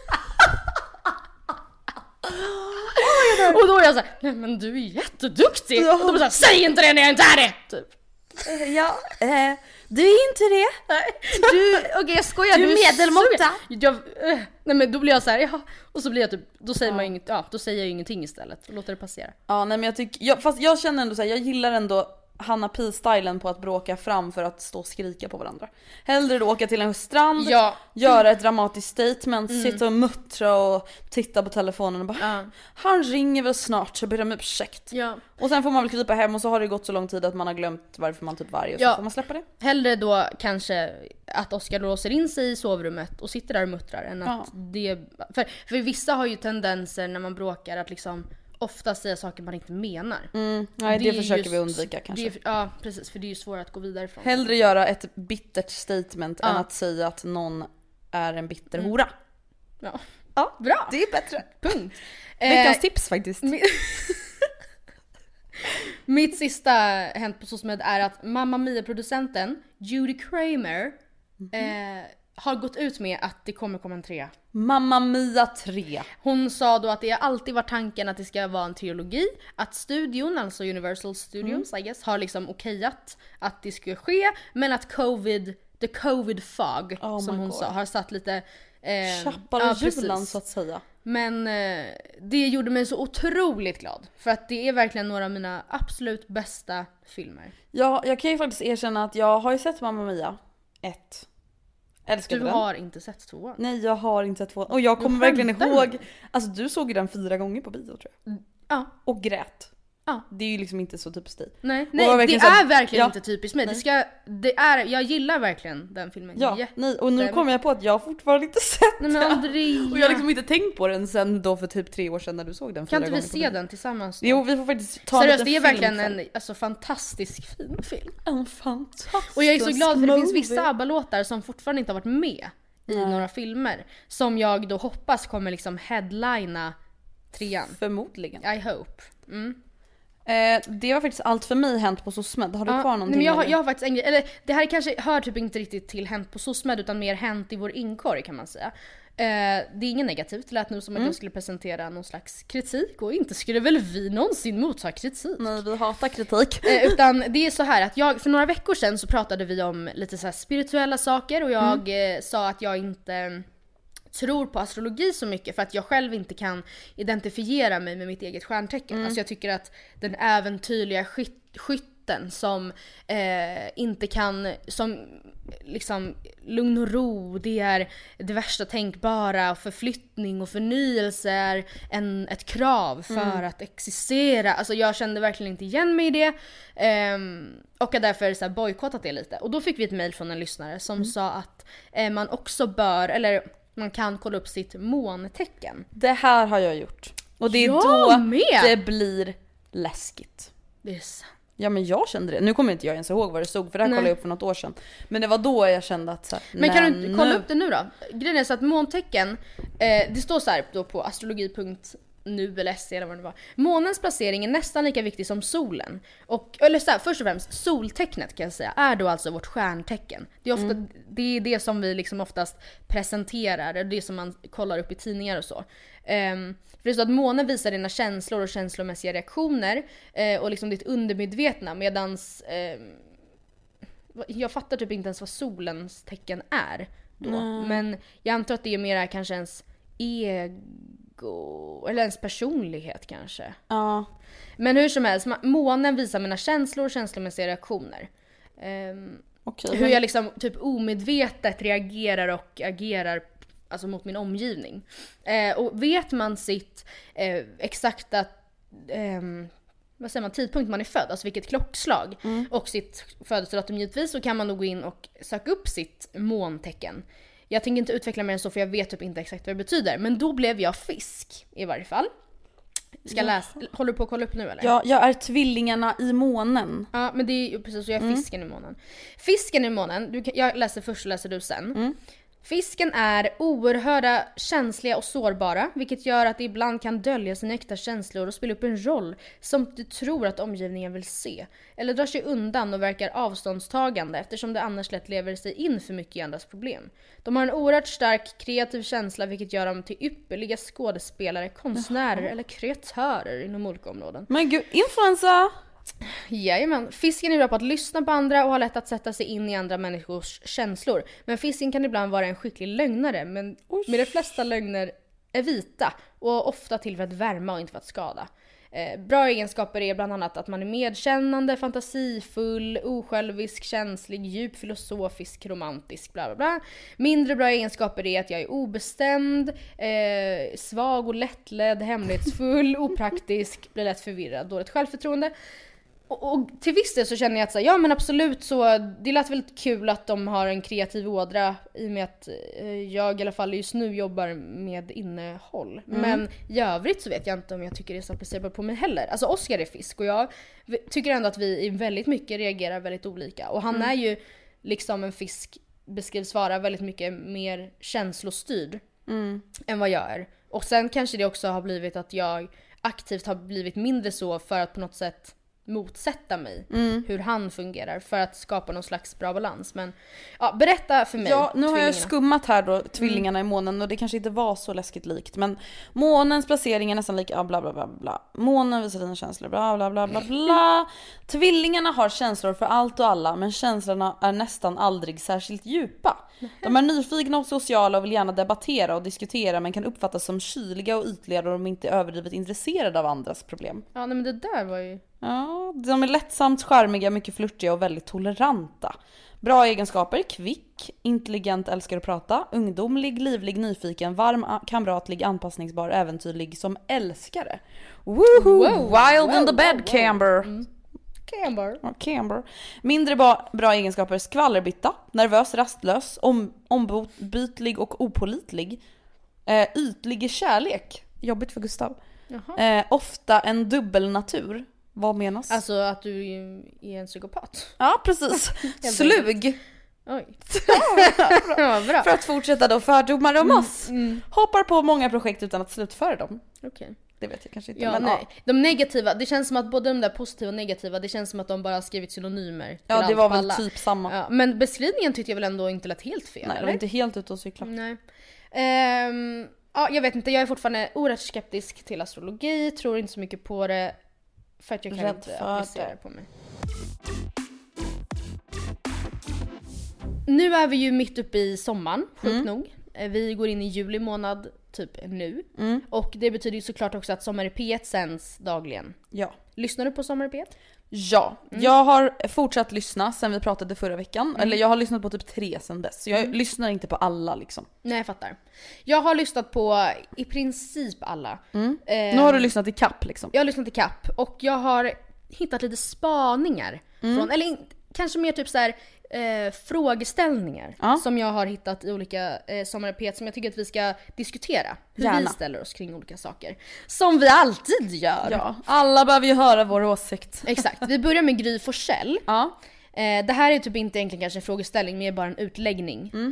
Och då är jag såhär: nej men du är jätteduktig. Och de bara: säg inte det när jag inte är det! Typ. Ja, du är inte det. Okej, jag skojar. Du är medelmåtta. Nej men då blir jag så här, ja. Och så blir jag typ, då säger man inget, då säger jag ingenting istället och låter det passera. Ja, nej men jag tycker, fast jag känner ändå så här, jag gillar ändå Hanna Pi-stylen på att bråka fram för att stå och skrika på varandra. Hellre då åka till en strand, göra ett dramatiskt statement, sitta och muttra och titta på telefonen och bara han ringer väl snart, så ber om ursäkt. Och sen får man väl krypa hem och så har det gått så lång tid att man har glömt varför man typ varje och så får man släppa det. Hellre då kanske att Oskar låser in sig i sovrummet och sitter där och muttrar än att det, för vissa har ju tendenser när man bråkar att liksom ofta säga saker man inte menar. Nej, det försöker vi undvika kanske. Ja, precis, för det är ju svårt att gå vidare ifrån. Hellre göra ett bittert statement än att säga att någon är en bitter hora. Ja, bra. Det är bättre. Punkt. Veckans tips faktiskt. Mitt sista hänt på SOSMED är att Mamma Mia-producenten Judy Kramer har gått ut med att det kommer komma en 3. Mamma Mia 3. Hon sa då att det alltid var tanken att det ska vara en trilogi. Att studion, alltså Universal Studios I guess, har liksom okejat att det ska ske. Men att the covid fog, som hon sa, har satt lite chappar och hjulan så att säga. Men det gjorde mig så otroligt glad. För att det är verkligen några av mina absolut bästa filmer. Ja, jag kan ju faktiskt erkänna att jag har ju sett Mamma Mia 1. Älskade du den. har inte sett 2. Nej, jag har inte sett 2. Och jag kommer verkligen ihåg, alltså du såg ju den 4 gånger på bio tror jag. Ja. Och grät. Ja. Det är ju liksom inte så typiskt dig. Nej, det är verkligen inte typiskt mig. Jag gillar verkligen den filmen. Ja, nej, och nu kommer jag på att jag fortfarande inte sett den. Men Andrea. Och jag har liksom inte tänkt på den sen då för typ 3 år sedan när du såg den 4 gånger. Kan inte vi se den tillsammans då? Jo, vi får faktiskt ta seriöst, lite det är film verkligen en fantastisk fin film. En fantastisk. Och jag är så glad för det finns vissa ABBA-låtar som fortfarande inte har varit med i några filmer. Som jag då hoppas kommer liksom headlina 3:an. Förmodligen. I hope. Det var faktiskt allt för mig hänt på SOSMED. Har du kvar någonting? Men jag har faktiskt en grej. Eller det här kanske hör typ inte riktigt till hänt på SOSMED utan mer hänt i vår inkorg kan man säga. Det är inget negativt. Det lät nu som att jag skulle presentera någon slags kritik. Och inte skulle väl vi någonsin motta kritik. Nej, vi hatar kritik. Utan det är så här att för några veckor sedan så pratade vi om lite så här spirituella saker. Och jag sa att jag inte tror på astrologi så mycket för att jag själv inte kan identifiera mig med mitt eget stjärntecken. Alltså jag tycker att den äventyrliga skytten som inte kan, som liksom lugn och ro, det är det värsta tänkbara, förflyttning och förnyelse är ett krav för att existera. Alltså jag kände verkligen inte igen mig i det och har därför så här bojkottat det lite. Och då fick vi ett mejl från en lyssnare som sa att man också bör, eller man kan kolla upp sitt måntecken. Det här har jag gjort. Och det är då det blir läskigt. Det är sant. Ja, men jag kände det. Nu kommer inte jag ens ihåg vad det stod, för det här kollade jag upp för något år sedan. Men det var då jag kände att så här, men kan du kolla upp det nu då? Grejen är så att måntecken, det står så här då på astrologi.se nu eller SC eller vad det var. Månens placering är nästan lika viktig som solen. Eller så här, först och främst, soltecknet kan jag säga är då alltså vårt stjärntecken. Det är, ofta, det är det som vi liksom oftast presenterar, det som man kollar upp i tidningar och så. För det är så att månen visar dina känslor och känslomässiga reaktioner och liksom ditt undermedvetna, medans jag fattar typ inte ens vad solens tecken är då. Men jag antar att det är mer kanske ens ego eller ens personlighet kanske. Ja. Men hur som helst, månen visar mina känslor och känslomässiga reaktioner. Hur jag liksom typ omedvetet reagerar och agerar alltså mot min omgivning. Och vet man sitt exakta vad säger man, tidpunkt man är född, alltså vilket klockslag och sitt födelsedatum givetvis, så kan man då gå in och söka upp sitt måntecken. Jag tänker inte utveckla mer än så för jag vet typ inte exakt vad det betyder, men då blev jag fisk i varje fall. Ska läsa, håller du på att kolla upp nu eller? Ja, jag är tvillingarna i månen. Ja, men det är ju precis så, jag är fisken i månen. Fisken i månen, jag läser först och läser du sen. Fisken är oerhörda, känsliga och sårbara, vilket gör att det ibland kan dölja sina äkta känslor och spela upp en roll som du tror att omgivningen vill se. Eller drar sig undan och verkar avståndstagande eftersom det annars lätt lever sig in för mycket i andras problem. De har en oerhört stark kreativ känsla, vilket gör dem till ypperliga skådespelare, konstnärer eller kreatörer inom olika områden. Men gud, influensa! Jajamän, fisken är bra på att lyssna på andra och har lätt att sätta sig in i andra människors känslor. Men fisken kan ibland vara en skicklig lögnare, men med de flesta lögner är vita och ofta till för att värma och inte för att skada. Bra egenskaper är bland annat att man är medkännande, fantasifull, osjälvisk, känslig, djup, filosofisk, romantisk, bla bla bla. Mindre bra egenskaper är att jag är obestämd, svag och lättledd, hemlighetsfull, opraktisk, blir lätt förvirrad, dåligt självförtroende. Och till viss del så känner jag att så, ja men absolut, så det lät väldigt kul att de har en kreativ ådra i och med att jag i alla fall just nu jobbar med innehåll. Men i övrigt så vet jag inte om jag tycker det är så applicerbart på mig heller. Alltså Oscar är fisk och jag tycker ändå att vi i väldigt mycket reagerar väldigt olika. Och han är ju liksom en fisk, beskrivs vara väldigt mycket mer känslostyrd än vad jag är. Och sen kanske det också har blivit att jag aktivt har blivit mindre så för att på något sätt motsätta mig hur han fungerar för att skapa någon slags bra balans. Men ja, berätta för mig. Ja, nu har jag skummat här då tvillingarna i månen och det kanske inte var så läskigt likt, men månens placering är nästan lika bla bla bla bla. Månen visar dina känslor bla bla bla bla bla. Tvillingarna har känslor för allt och alla, men känslorna är nästan aldrig särskilt djupa. De är nyfikna och sociala och vill gärna debattera och diskutera, men kan uppfattas som kyliga och ytliga då de inte är överdrivet intresserade av andras problem. Ja, nej, men det där var ju... Ja, de är lättsamt charmiga, mycket flirtiga och väldigt toleranta. Bra egenskaper: kvick, intelligent, älskar att prata, ungdomlig, livlig, nyfiken, varm, kamratlig, anpassningsbar, äventyrlig som älskare. Woohoo! Wild in the bed, Camber. Camber. Mindre bra egenskaper: skvallerbytta, nervös, rastlös, ombytlig och opålitlig. Ytlig i kärlek. Jobbigt för Gustav. Ofta en dubbelnatur. Vad menas? Alltså att du är en psykopat. Ja, precis. Slug. Oj. Bra. För att fortsätta då fördomar om oss. Hoppar på många projekt utan att slutföra dem. Okej. Det vet jag kanske inte. Ja, men nej. De negativa, det känns som att både de där positiva och negativa, det känns som att de bara har skrivit synonymer. Ja, det var väl typ samma. Ja, men beskrivningen tyckte jag väl ändå inte lät helt fel. Nej, eller? det var inte helt ute och cykla. Nej. Ja, jag vet inte, jag är fortfarande oerhört skeptisk till astrologi, tror inte så mycket på det. För att jag kan inte applicera det på mig. Nu är vi ju mitt uppe i sommaren, sjukt nog. Vi går in i juli månad typ nu. Och det betyder ju såklart också att Sommar i P1 sänds dagligen. Ja. Lyssnar du på Sommar i P1? Ja, jag har fortsatt lyssna sen vi pratade förra veckan. Eller jag har lyssnat på typ 3 sen dess. Så jag lyssnar inte på alla liksom. Nej, jag fattar. Jag har lyssnat på i princip alla. Nu har du lyssnat i kapp liksom. Jag har lyssnat i kapp och jag har hittat lite spaningar från, eller kanske mer typ så här frågeställningar som jag har hittat i olika Sommar i P1 som jag tycker att vi ska diskutera. Hur vi ställer oss kring olika saker. Som vi alltid gör. Ja, alla behöver ju höra vår åsikt. Exakt, vi börjar med Gry Forssell. Det här är typ inte egentligen kanske en frågeställning, mer bara en utläggning.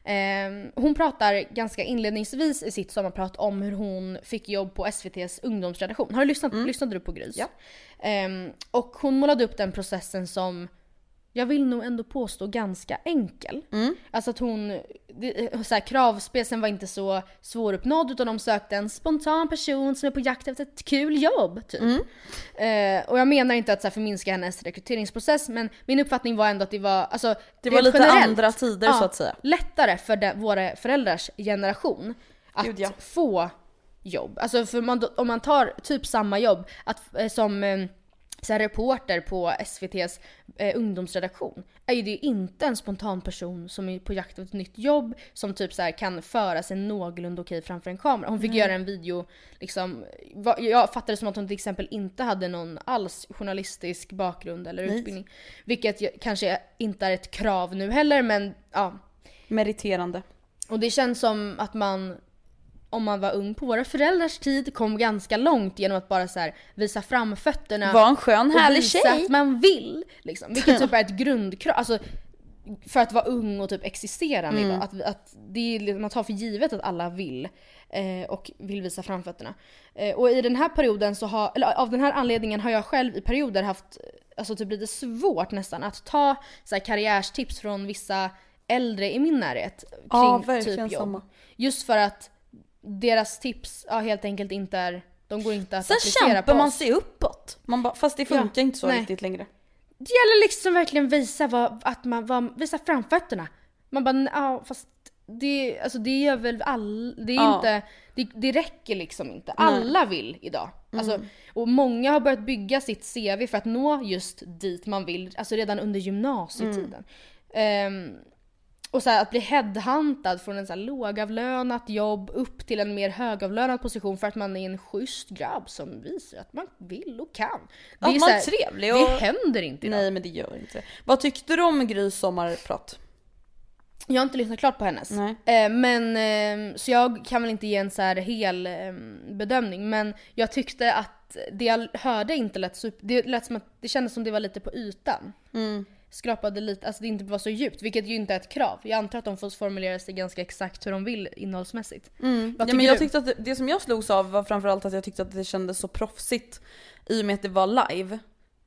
Hon pratar ganska inledningsvis i sitt sommarprat om hur hon fick jobb på SVT:s ungdomsredaktion. Har du lyssnade du på Grys? Ja. Och hon målade upp den processen som, jag vill nog ändå påstå, ganska enkel. Alltså att kravspecen var inte så svåruppnådd, utan de sökte en spontan person som är på jakt efter ett kul jobb typ. Och jag menar inte att förminska hennes rekryteringsprocess, men min uppfattning var ändå att det var, alltså, det var lite generellt, andra tider så att säga. Lättare för våra föräldrars generation att få jobb. Alltså om man tar typ samma jobb som reporter på SVT:s ungdomsredaktion, är ju det inte en spontan person som är på jakt efter ett nytt jobb, som typ kan föra sig någorlunda okej framför en kamera. Hon fick göra en video liksom, jag fattade som att hon till exempel inte hade någon alls journalistisk bakgrund eller utbildning, vilket kanske inte är ett krav nu heller, men ja, meriterande. Och det känns som att man, om man var ung på våra föräldrars tid, kom ganska långt genom att bara visa fram fötterna. Var en skön härlig tjej. Att man vill. Liksom. Vilket typ är ett grundkrav. Alltså, för att vara ung och typ existerande idag. Att det är, man tar för givet att alla vill. Och vill visa fram fötterna. Och i den här perioden av den här anledningen har jag själv i perioder haft typ lite svårt nästan att ta karriärstips från vissa äldre i min närhet. Kring typ jobb. Samma. Just för att deras tips helt enkelt inte är, de går inte att sen applicera på oss. Sen kämpar man sig uppåt. Fast det funkar inte så riktigt längre. Det gäller liksom verkligen visa framfötterna. Man bara, fast det gör väl det är inte, det räcker liksom inte. Alla vill idag. Alltså, och många har börjat bygga sitt CV för att nå just dit man vill, alltså redan under gymnasietiden. Och att bli headhuntad från en lågavlönat jobb upp till en mer högavlönad position för att man är en schysst grabb som visar att man vill och kan. Det att man är trevlig. Det händer inte idag. Nej, men det gör inte. Vad tyckte du om Grys sommarprat? Jag har inte lyssnat klart på hennes. Så jag kan väl inte ge en hel bedömning. Men jag tyckte att det jag hörde inte lät som att det kändes som det var lite på ytan. Skrapade lite, alltså det inte var så djupt, vilket ju inte är ett krav. Jag antar att de får formulera sig ganska exakt hur de vill innehållsmässigt. Men jag tyckte att det som jag slogs av var framförallt att jag tyckte att det kändes så proffsigt i och med att det var live.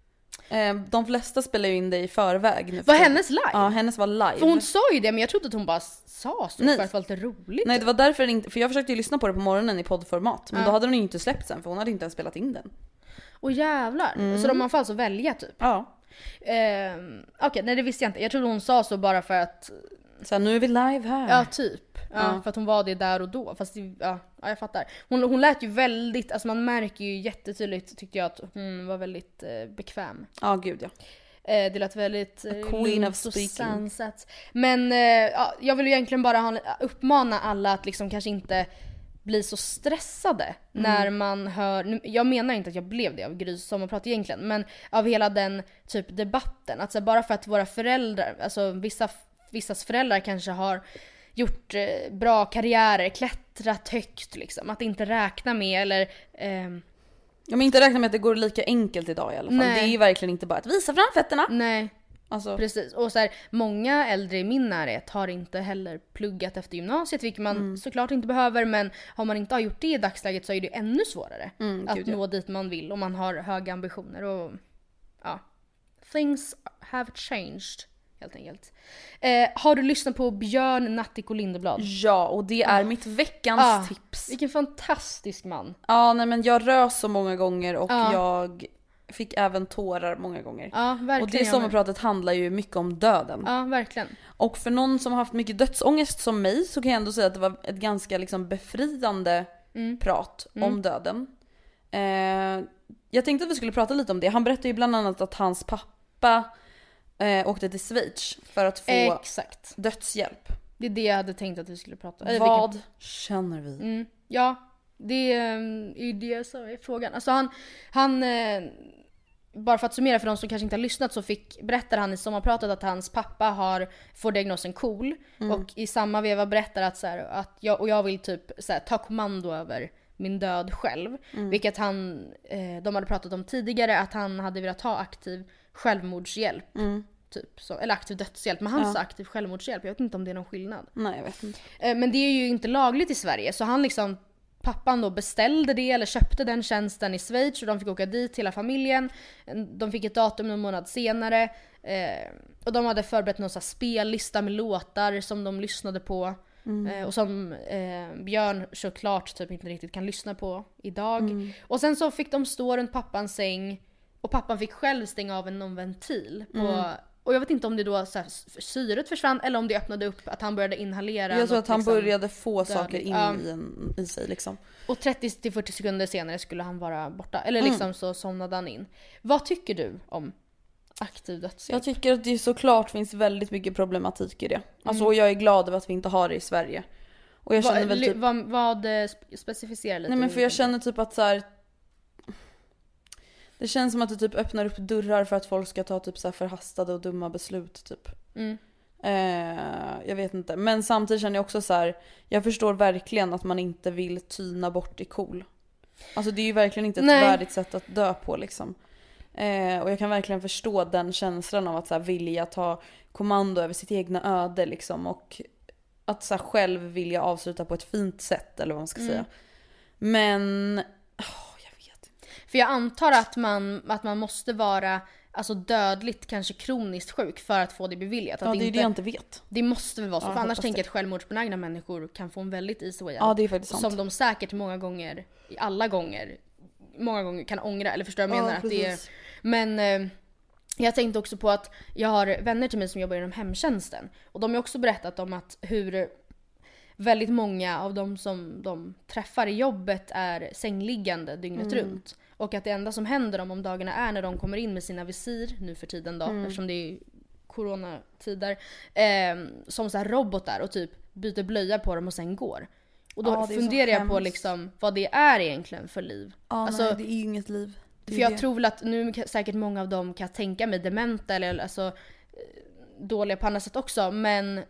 De flesta spelar ju in det i förväg nu. Var hennes live? Ja, hennes var live. För hon sa ju det, men jag trodde att hon bara sa så för att det var lite roligt. Nej, det var därför inte, för jag försökte ju lyssna på det på morgonen i poddformat, men då hade hon ju inte släppt sen, för hon hade inte ens spelat in den. Åh jävlar. Så man får alltså välja typ? Ja. Okej, nej det visste jag inte. Jag trodde hon sa så bara för att så nu är vi live här. Ja, typ. För att hon var det där och då. Fast jag fattar. Hon lät ju väldigt, alltså man märker ju jättetydligt, tyckte jag, att hon var väldigt bekväm. Ja, gud ja. Det lät väldigt queen of speaking. Men jag vill ju egentligen bara uppmana alla att liksom kanske inte bli så stressade när man hör, jag menar inte att jag blev det av Grys sommarprat egentligen, men av hela den typ debatten, att så bara för att våra föräldrar, alltså vissas föräldrar kanske har gjort bra karriärer, klättrat högt liksom, att inte räkna med eller jag men inte räkna med att det går lika enkelt idag i alla fall. Nej. Det är ju verkligen inte bara att visa fram fötterna. Nej. Alltså. Precis, och många äldre i min närhet har inte heller pluggat efter gymnasiet, vilket man såklart inte behöver, men har man inte gjort det i dagsläget så är det ännu svårare att nå dit man vill om man har höga ambitioner och things have changed helt enkelt. Har du lyssnat på Björn Nattiko Lindeblad? Ja, och det är mitt veckans tips. Vilken fantastisk man. Ja, nej men jag rös så många gånger och jag fick även tårar många gånger. Ja, verkligen. Och det sommarpratet handlar ju mycket om döden. Ja, verkligen. Och för någon som har haft mycket dödsångest som mig så kan jag ändå säga att det var ett ganska liksom befriande prat om döden. Jag tänkte att vi skulle prata lite om det. Han berättade ju bland annat att hans pappa åkte till Schweiz för att få dödshjälp. Det är det jag hade tänkt att vi skulle prata om. Vad känner vi? Ja, det är ju det som är frågan. Alltså han bara för att summera för de som kanske inte har lyssnat, så berättar han i sommarpratet att hans pappa får diagnosen KOL och i samma veva berättar att jag vill typ ta kommando över min död själv, vilket de hade pratat om tidigare, att han hade velat ha aktiv självmordshjälp typ, så, eller aktiv dödshjälp, men han sa aktiv självmordshjälp. Jag vet inte om det är någon skillnad. Nej, jag vet inte. Men det är ju inte lagligt i Sverige, så han liksom, pappan då beställde det eller köpte den tjänsten i Schweiz och de fick åka dit hela familjen. De fick ett datum en månad senare och de hade förberett någon sån här spellista med låtar som de lyssnade på. Och som Björn såklart typ inte riktigt kan lyssna på idag. Och sen så fick de stå runt pappans säng och pappan fick själv stänga av någon ventil på, och jag vet inte om det då så här, syret försvann eller om det öppnade upp att han började inhalera. Jag tror att han liksom, började få saker in i sig liksom. Och 30-40 sekunder senare skulle han vara borta. Eller liksom så somnade han in. Vad tycker du om aktiv dödshjälp? Jag tycker att det såklart finns väldigt mycket problematik i det. Alltså, och jag är glad över att vi inte har det i Sverige. Och jag känner väl typ... vad specificerar lite? Nej, men för jag känner typ att så här... Det känns som att det typ öppnar upp dörrar för att folk ska ta typ så här förhastade och dumma beslut typ. Jag vet inte. Men samtidigt känner jag också så här, jag förstår verkligen att man inte vill tyna bort i KOL. Alltså det är ju verkligen inte ett värdigt sätt att dö på liksom. Och jag kan verkligen förstå den känslan av att så här, vilja ta kommando över sitt egna öde liksom. Och att så här, själv vilja avsluta på ett fint sätt eller vad man ska säga. Men... För jag antar att man måste vara alltså dödligt, kanske kroniskt sjuk för att få det beviljat. Att ja, det är det jag inte vet. Det måste väl vara så, Ja, för annars tänker jag att självmordsbenägna människor kan få en väldigt easy way out. Ja, det är faktiskt sant. Som de säkert många gånger kan ångra, eller förstår jag menar att det är... Men jag tänkte också på att jag har vänner till mig som jobbar inom hemtjänsten. Och de har också berättat om att hur väldigt många av dem som de träffar i jobbet är sängliggande dygnet runt. Och att det enda som händer dem om dagarna är när de kommer in med sina visir, nu för tiden då, eftersom det är coronatider, som så här robotar och typ byter blöja på dem och sen går. Och då funderar jag på liksom vad det är egentligen för liv. Alltså, nej, det är ju inget liv. För jag tror väl att nu säkert många av dem kan tänka mig dementa eller alltså dåliga på annat sätt också, men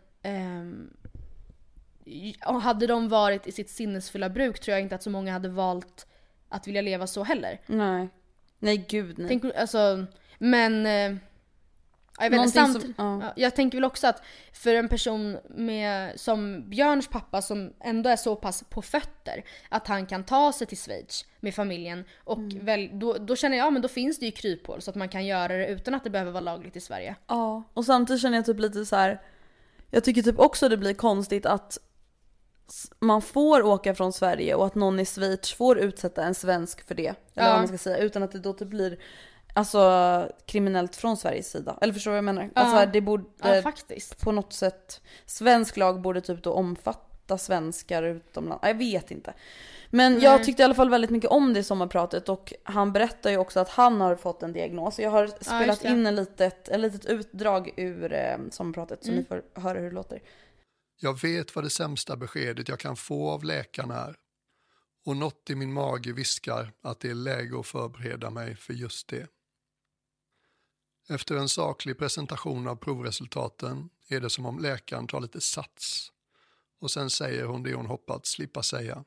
hade de varit i sitt sinnesfulla bruk tror jag inte att så många hade valt att vilja leva så heller. Nej gud nej. Tänk, alltså, men jag vet inte, jag tänker väl också att för en person som Björns pappa som ändå är så pass på fötter att han kan ta sig till Schweiz med familjen och då känner jag, men då finns det ju kryphål så att man kan göra det utan att det behöver vara lagligt i Sverige. Ja, och samtidigt känner jag typ lite så här. Jag tycker typ också det blir konstigt att man får åka från Sverige och att någon i Schweiz får utsätta en svensk för det. Eller vad man ska säga. Utan att det då typ blir alltså kriminellt från Sveriges sida. Eller förstår du vad jag menar? Alltså det borde faktiskt. På något sätt, svensk lag borde typ då omfatta svenskar utomlands. Jag vet inte. Men jag tyckte i alla fall väldigt mycket om det sommarpratet. Och han berättar ju också att han har fått en diagnos. Jag har spelat in ett litet utdrag ur sommarpratet. Så ni får höra hur det låter. Jag vet vad det sämsta beskedet jag kan få av läkarna är. Och något i min mage viskar att det är läge att förbereda mig för just det. Efter en saklig presentation av provresultaten är det som om läkaren tar lite sats. Och sen säger hon det hon hoppats slippa säga.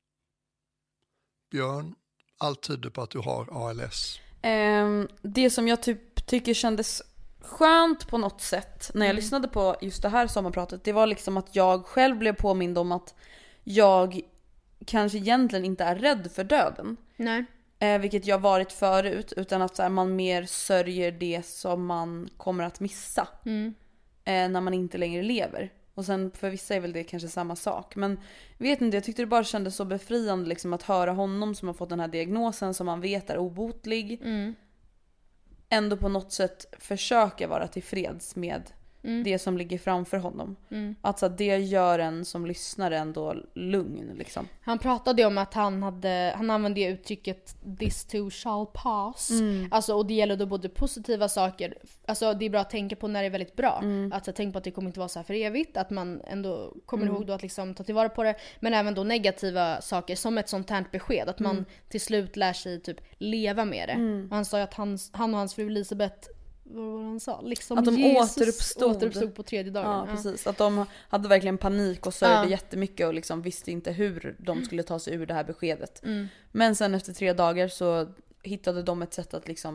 Björn, allt tyder på att du har ALS. Det som jag tycker kändes skönt på något sätt när jag lyssnade på just det här sommarpratet, det var liksom att jag själv blev påmind om att jag kanske egentligen inte är rädd för döden. Nej. Vilket jag varit förut, utan att så här, man mer sörjer det som man kommer att missa när man inte längre lever. Och sen för vissa är väl det kanske samma sak. Men vet inte, jag tyckte det bara kändes så befriande liksom, att höra honom som har fått den här diagnosen som man vet är obotlig. Ändå på något sätt försöka vara tillfreds med det som ligger framför honom. Alltså det gör en som lyssnar ändå lugn liksom. Han pratade om att han använde uttrycket this too shall pass. Alltså, och det gäller då både positiva saker, alltså det är bra att tänka på när det är väldigt bra. Att tänka på att det kommer inte vara så här för evigt, att man ändå kommer ihåg då att liksom ta tillvara på det, men även då negativa saker som ett sånt här besked, att man till slut lär sig typ leva med det. Och han sa att han och hans fru Elisabeth, vad var det han sa? Liksom att de Jesus återuppstod på tredje dagen. Ja, precis. Att de hade verkligen panik och sörjde jättemycket och liksom visste inte hur de skulle ta sig ur det här beskedet. Men sen efter 3 dagar så hittade de ett sätt att liksom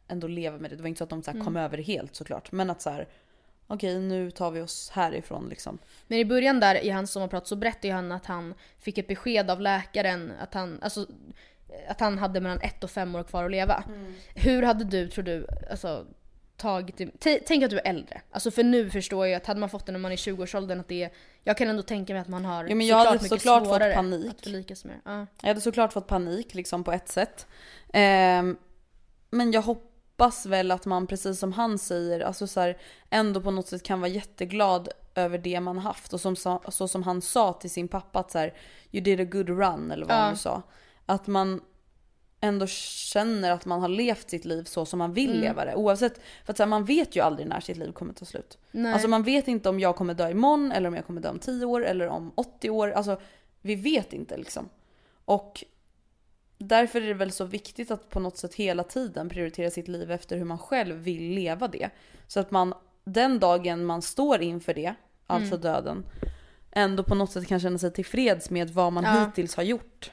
ändå leva med det. Det var inte så att de så här kom över helt såklart. Men att så här, okej, nu tar vi oss härifrån liksom. Men i början där i hans sommarprat så berättade han att han fick ett besked av läkaren att han hade mellan 1 och 5 år kvar att leva. Hur hade du, tror du, alltså tänk att du är äldre. Alltså för nu förstår jag att hade man fått det när man är 20-årsåldern att det är, jag kan ändå tänka mig att man har men jag hade såklart fått panik. Att förlikas med. Jag hade såklart fått panik liksom på ett sätt. Men jag hoppas väl att man, precis som han säger, alltså så här, ändå på något sätt kan vara jätteglad över det man haft. Och så som han sa till sin pappa att så här, you did a good run, eller vad han nu sa. Att man ändå känner att man har levt sitt liv så som man vill leva det. Oavsett, för att så här, man vet ju aldrig när sitt liv kommer ta slut. Nej. Alltså man vet inte om jag kommer dö imorgon, eller om jag kommer dö om 10 år, eller om 80 år. Alltså vi vet inte liksom. Och därför är det väl så viktigt att på något sätt hela tiden prioritera sitt liv efter hur man själv vill leva det. Så att man den dagen man står inför det, alltså döden, ändå på något sätt kan känna sig tillfreds med vad man hittills har gjort.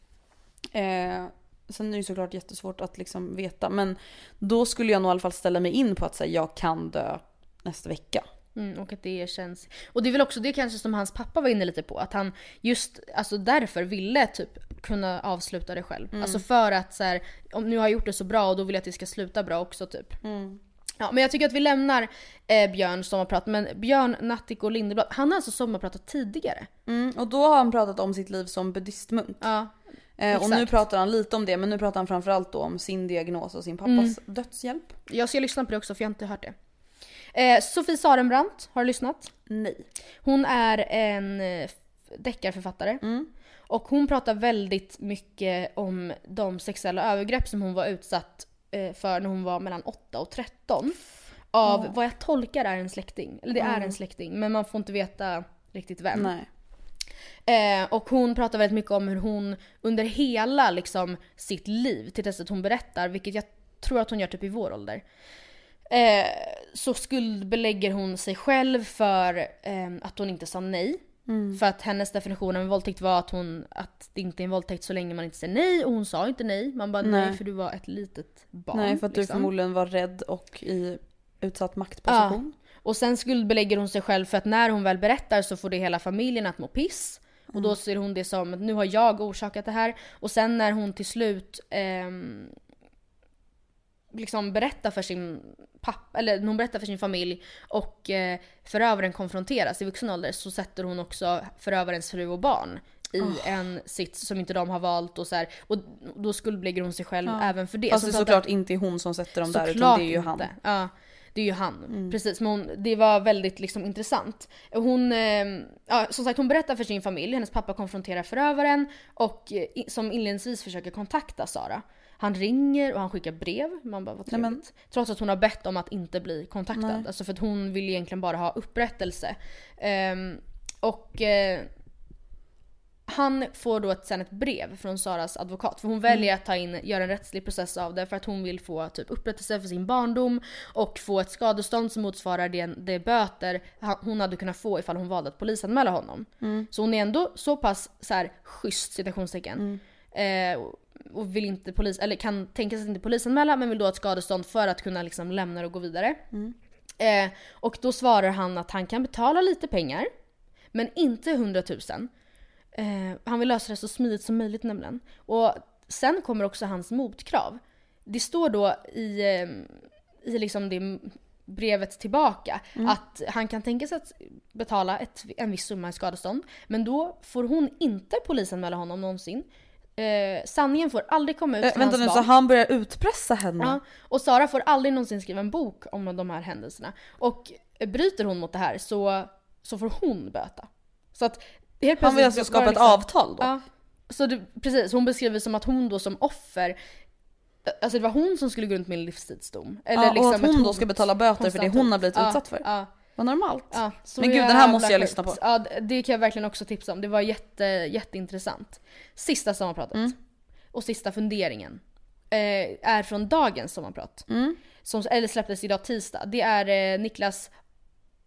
Sen är det såklart jättesvårt att liksom veta. Men då skulle jag nog i alla fall ställa mig in på att säga jag kan dö nästa vecka. Och att det känns. Och det är väl också det kanske som hans pappa var inne lite på. Att han just alltså därför ville typ kunna avsluta det själv. Alltså för att så här, om nu har jag gjort det så bra och då vill jag att det ska sluta bra också typ. Ja, men jag tycker att vi lämnar Björn sommarprat. Men Björn Natthiko och Lindeblad, han har alltså sommarpratat tidigare. Och då har han pratat om sitt liv som buddhistmunk. Ja. Och nu pratar han lite om det, men nu pratar han framförallt då om sin diagnos och sin pappas dödshjälp. Jag ska lyssna på det också för jag har inte hört det. Sofie Sarenbrant, har du lyssnat? Nej. Hon är en deckarförfattare. Och hon pratar väldigt mycket om de sexuella övergrepp som hon var utsatt för när hon var mellan 8 och 13. Av vad jag tolkar är en släkting. Eller det är en släkting, men man får inte veta riktigt vem. Nej. Och hon pratar väldigt mycket om hur hon under hela liksom, sitt liv, till dess att hon berättar, vilket jag tror att hon gör typ i vår ålder, så skuldbelägger hon sig själv för att hon inte sa nej. För att hennes definition av en våldtäkt var att det inte är en våldtäkt så länge man inte säger nej. Och hon sa inte nej. Man bara nej för du var ett litet barn. Nej, för att du förmodligen var rädd och i utsatt maktposition. Och sen skuldbelägger hon sig själv för att när hon väl berättar så får det hela familjen att må piss. Och då ser hon det som att nu har jag orsakat det här. Och sen när hon till slut liksom berättar för sin pappa, eller hon berättar för sin familj och förövaren konfronteras i vuxen ålder, så sätter hon också förövarens fru och barn i en sits som inte de har valt och så här, och då skuldbelägger hon sig själv även för det. Fast det är såklart inte hon som sätter dem där, utan det är ju han. Ja, det är ju han. Precis, men det var väldigt liksom intressant. Hon, som sagt, hon berättar för sin familj, hennes pappa konfronterar förövaren och som inledningsvis försöker kontakta Sara. Han ringer och han skickar brev. Man bara, vad trevligt. Trots att hon har bett om att inte bli kontaktad. Alltså för att hon vill egentligen bara ha upprättelse. Han får då sen ett brev från Saras advokat. För hon väljer att göra en rättslig process av det. För att hon vill få typ upprättelse för sin barndom. Och få ett skadestånd som motsvarar det böter hon hade kunnat få ifall hon valde att polisanmäla honom. Så hon är ändå så pass så här, schysst citationstecken. Och vill inte eller kan tänka sig att inte polisanmäla, men vill då ha ett skadestånd för att kunna liksom lämna och gå vidare. Och då svarar han att han kan betala lite pengar, men inte 100 000. Han vill lösa det så smidigt som möjligt nämligen. Och sen kommer också hans motkrav. Det står då i liksom det brevet tillbaka att han kan tänka sig att betala en viss summa i skadestånd, men då får hon inte polisanmäla honom någonsin. Sanningen får aldrig komma ut från hans barn. Så han börjar utpressa henne. Ja, och Sara får aldrig någonsin skriva en bok om de här händelserna. Och bryter hon mot det här så får hon böta. Så att helt han vill alltså skapa ett avtal då? Ja, så precis, hon beskriver som att hon då som offer, alltså det var hon som skulle gå runt med en livstidsdom. Eller liksom och att hon då ska betala böter för det hon har blivit utsatt för. Vad normalt. Men gud, den här måste jag lyssna på. Ja, det kan jag verkligen också tipsa om. Det var jätteintressant. Sista sommarpratet och sista funderingen är från dagens sommarprat. Som eller släpptes idag tisdag. Det är Niklas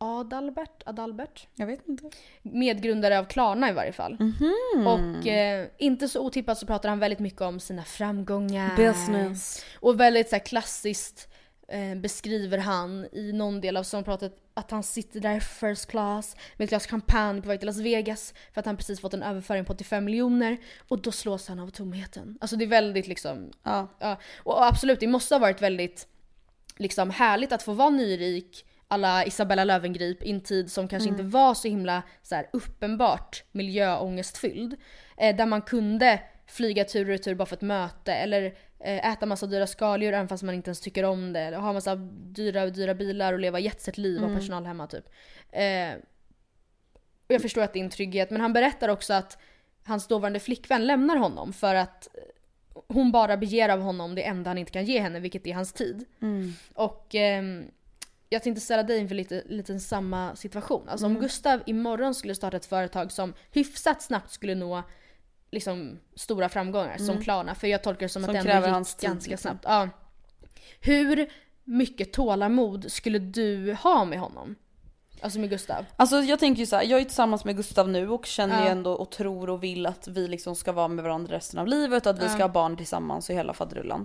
Adalbert. Jag vet inte. Medgrundare av Klarna i varje fall. Och inte så otippat så pratar han väldigt mycket om sina framgångar. Business. Och väldigt så här klassiskt beskriver han i någon del av sommarpratet att han sitter där first class med ett glas champagne på väg till Las Vegas för att han precis fått en överföring på 85 miljoner och då slås han av tomheten. Alltså det är väldigt liksom ja. Och absolut, det måste ha varit väldigt liksom härligt att få vara nyrik alla Isabella Löwengrip i en tid som kanske inte var så himla så här, uppenbart miljöångestfylld. Där man kunde flyga tur och retur bara för ett möte eller äta massa dyra skaldjur även fast man inte ens tycker om det. Eller ha massa dyra bilar och leva jetset-liv och personal hemma typ. Och jag förstår att det är en trygghet, men han berättar också att hans dåvarande flickvän lämnar honom för att hon bara begär av honom det enda han inte kan ge henne, vilket är hans tid. Och jag tänkte ställa dig inför lite samma situation. Alltså om Gustav imorgon skulle starta ett företag som hyfsat snabbt skulle nå liksom stora framgångar som Klarna, för jag tolkar det som att det ändå gick ganska snabbt. Ja. Hur mycket tålamod skulle du ha med honom? Alltså med Gustav. Alltså jag tänker ju så här, jag är tillsammans med Gustav nu och känner ju ändå och tror och vill att vi liksom ska vara med varandra resten av livet och att vi ska ha barn tillsammans och hela faderullan.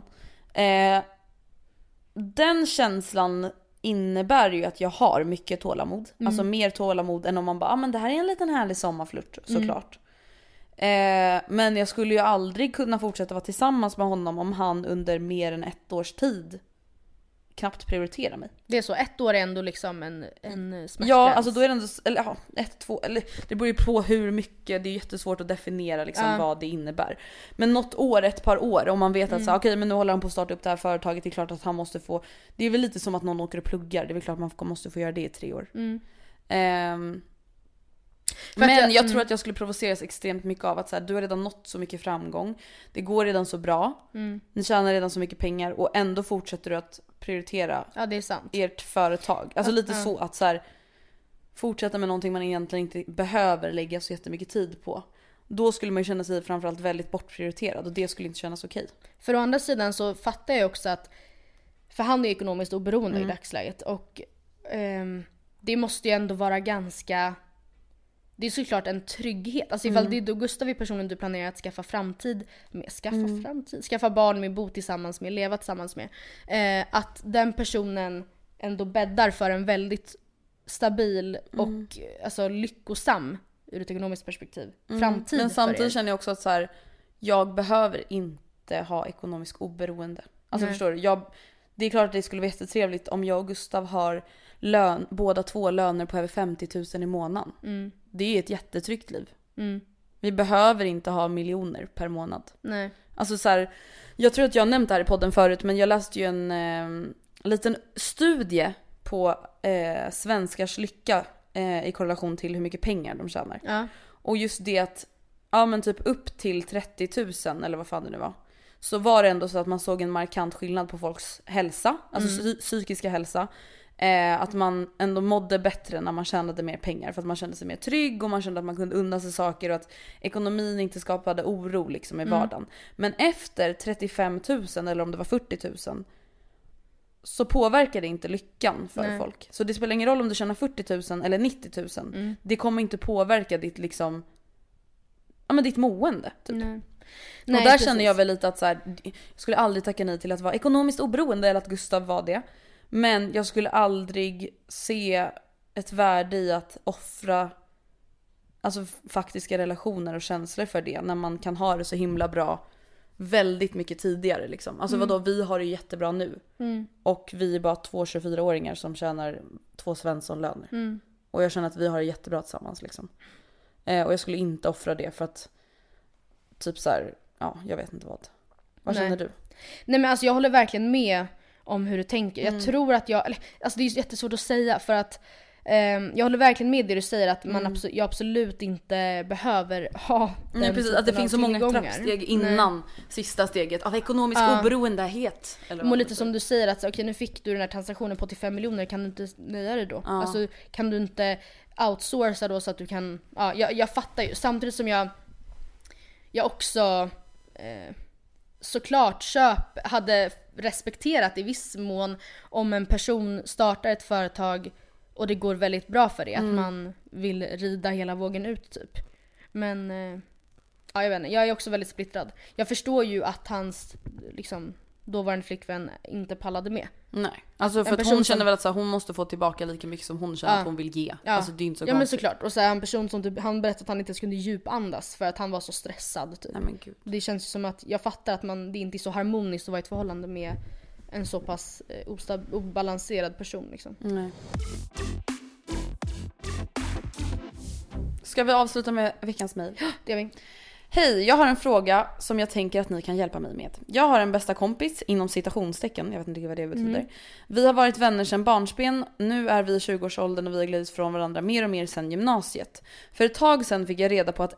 Den känslan innebär ju att jag har mycket tålamod. Alltså mer tålamod än om man bara, men det här är en liten härlig sommarflört såklart. Men jag skulle ju aldrig kunna fortsätta vara tillsammans med honom om han under mer än 1 års tid knappt prioriterar mig. Det är så, 1 år är ändå liksom en smärtgräns. Ja, alltså då är det ändå, eller ja, 1, 2, eller det beror ju på hur mycket, det är jättesvårt att definiera liksom vad det innebär. Men något år, ett par år, om man vet att så okej, men nu håller han på att starta upp det här företaget, det är klart att han måste få, det är väl lite som att någon åker och pluggar, det är väl klart att man måste få göra det i 3 år. Men jag tror att jag skulle provoceras extremt mycket av att så här, du har redan nått så mycket framgång, det går redan så bra, ni tjänar redan så mycket pengar och ändå fortsätter du att prioritera det är sant. Ert företag. Alltså lite så att så här, fortsätta med någonting man egentligen inte behöver lägga så jättemycket tid på. Då skulle man ju känna sig framförallt väldigt bortprioriterad och det skulle inte kännas okej. För å andra sidan så fattar jag också att för han är ekonomiskt oberoende i dagsläget och det måste ju ändå vara ganska, det är såklart en trygghet. Alltså ifall det är då Gustav är personen du planerar att skaffa framtid med, skaffa barn med, bo tillsammans med, leva tillsammans med. Att den personen ändå bäddar för en väldigt stabil och alltså lyckosam ur ett ekonomiskt perspektiv framtid. Men samtidigt känner jag också att så här, jag behöver inte ha ekonomisk oberoende. Alltså förstår du? Det är klart att det skulle vara jättetrevligt om jag och Gustav har båda två löner på över 50 000 i månaden. Det är ett jättetryggt liv. Vi behöver inte ha miljoner per månad. Nej. Alltså så här, jag tror att jag har nämnt det här i podden förut, men jag läste ju en liten studie på svenskars lycka i korrelation till hur mycket pengar de tjänar. Ja. Och just det att men typ upp till 30 000 eller vad fan det nu var, så var det ändå så att man såg en markant skillnad på folks hälsa, alltså psykiska hälsa. Att man ändå mådde bättre när man tjänade mer pengar, för att man kände sig mer trygg och man kände att man kunde unna sig saker och att ekonomin inte skapade oro liksom i vardagen. Men efter 35 000 eller om det var 40 000 så påverkar det inte lyckan för folk. Så det spelar ingen roll om du tjänar 40 000 eller 90 000. Det kommer inte påverka ditt liksom, ditt mående typ. Och där precis. Känner jag väl lite att så här, jag skulle aldrig tacka nej till att vara ekonomiskt oberoende eller att Gustav var det. Men jag skulle aldrig se ett värde i att offra alltså faktiska relationer och känslor för det, när man kan ha det så himla bra väldigt mycket tidigare liksom. Alltså vadå, vi har det jättebra nu. Och vi är bara 2 24-åringar som tjänar 2 Svensson-löner. Och jag känner att vi har det jättebra tillsammans liksom. Och jag skulle inte offra det för att typ så här, jag vet inte vad. Vad känner du? Nej men alltså jag håller verkligen med om hur du tänker. Jag tror att alltså det är jättesvårt att säga för att jag håller verkligen med det du säger att jag absolut inte behöver ha den precis, att det finns så många trappsteg innan sista steget av ekonomisk oberoendehet. Och lite som du säger att okej, nu fick du den här transaktionen på 85 miljoner, kan du inte nöja dig då? Alltså kan du inte outsourca då så att du kan, jag fattar ju, samtidigt som jag också såklart hade respekterat i viss mån om en person startar ett företag och det går väldigt bra för det. Att man vill rida hela vågen ut typ. Men ja, jag vet inte. Jag är också väldigt splittrad. Jag förstår ju att hans liksom dåvarande flickvän inte pallade med. Nej, alltså för att hon känner väl att så här, hon måste få tillbaka lika mycket som hon känner att hon vill ge. Alltså det är inte så konstigt. Men såklart. Och så är en person som typ, han berättade att han inte kunde djupandas för att han var så stressad typ. Nej, men Gud. Det känns ju som att jag fattar att det inte är så harmoniskt att vara i ett förhållande med en så pass obalanserad person liksom. Nej. Ska vi avsluta med veckans mejl? Det gör vi. Hej, jag har en fråga som jag tänker att ni kan hjälpa mig med. Jag har en bästa kompis, inom citationstecken, jag vet inte vad det betyder. Vi har varit vänner sedan barnsben, nu är vi i 20-årsåldern och vi har glidit från varandra mer och mer sedan gymnasiet. För ett tag sedan fick jag reda på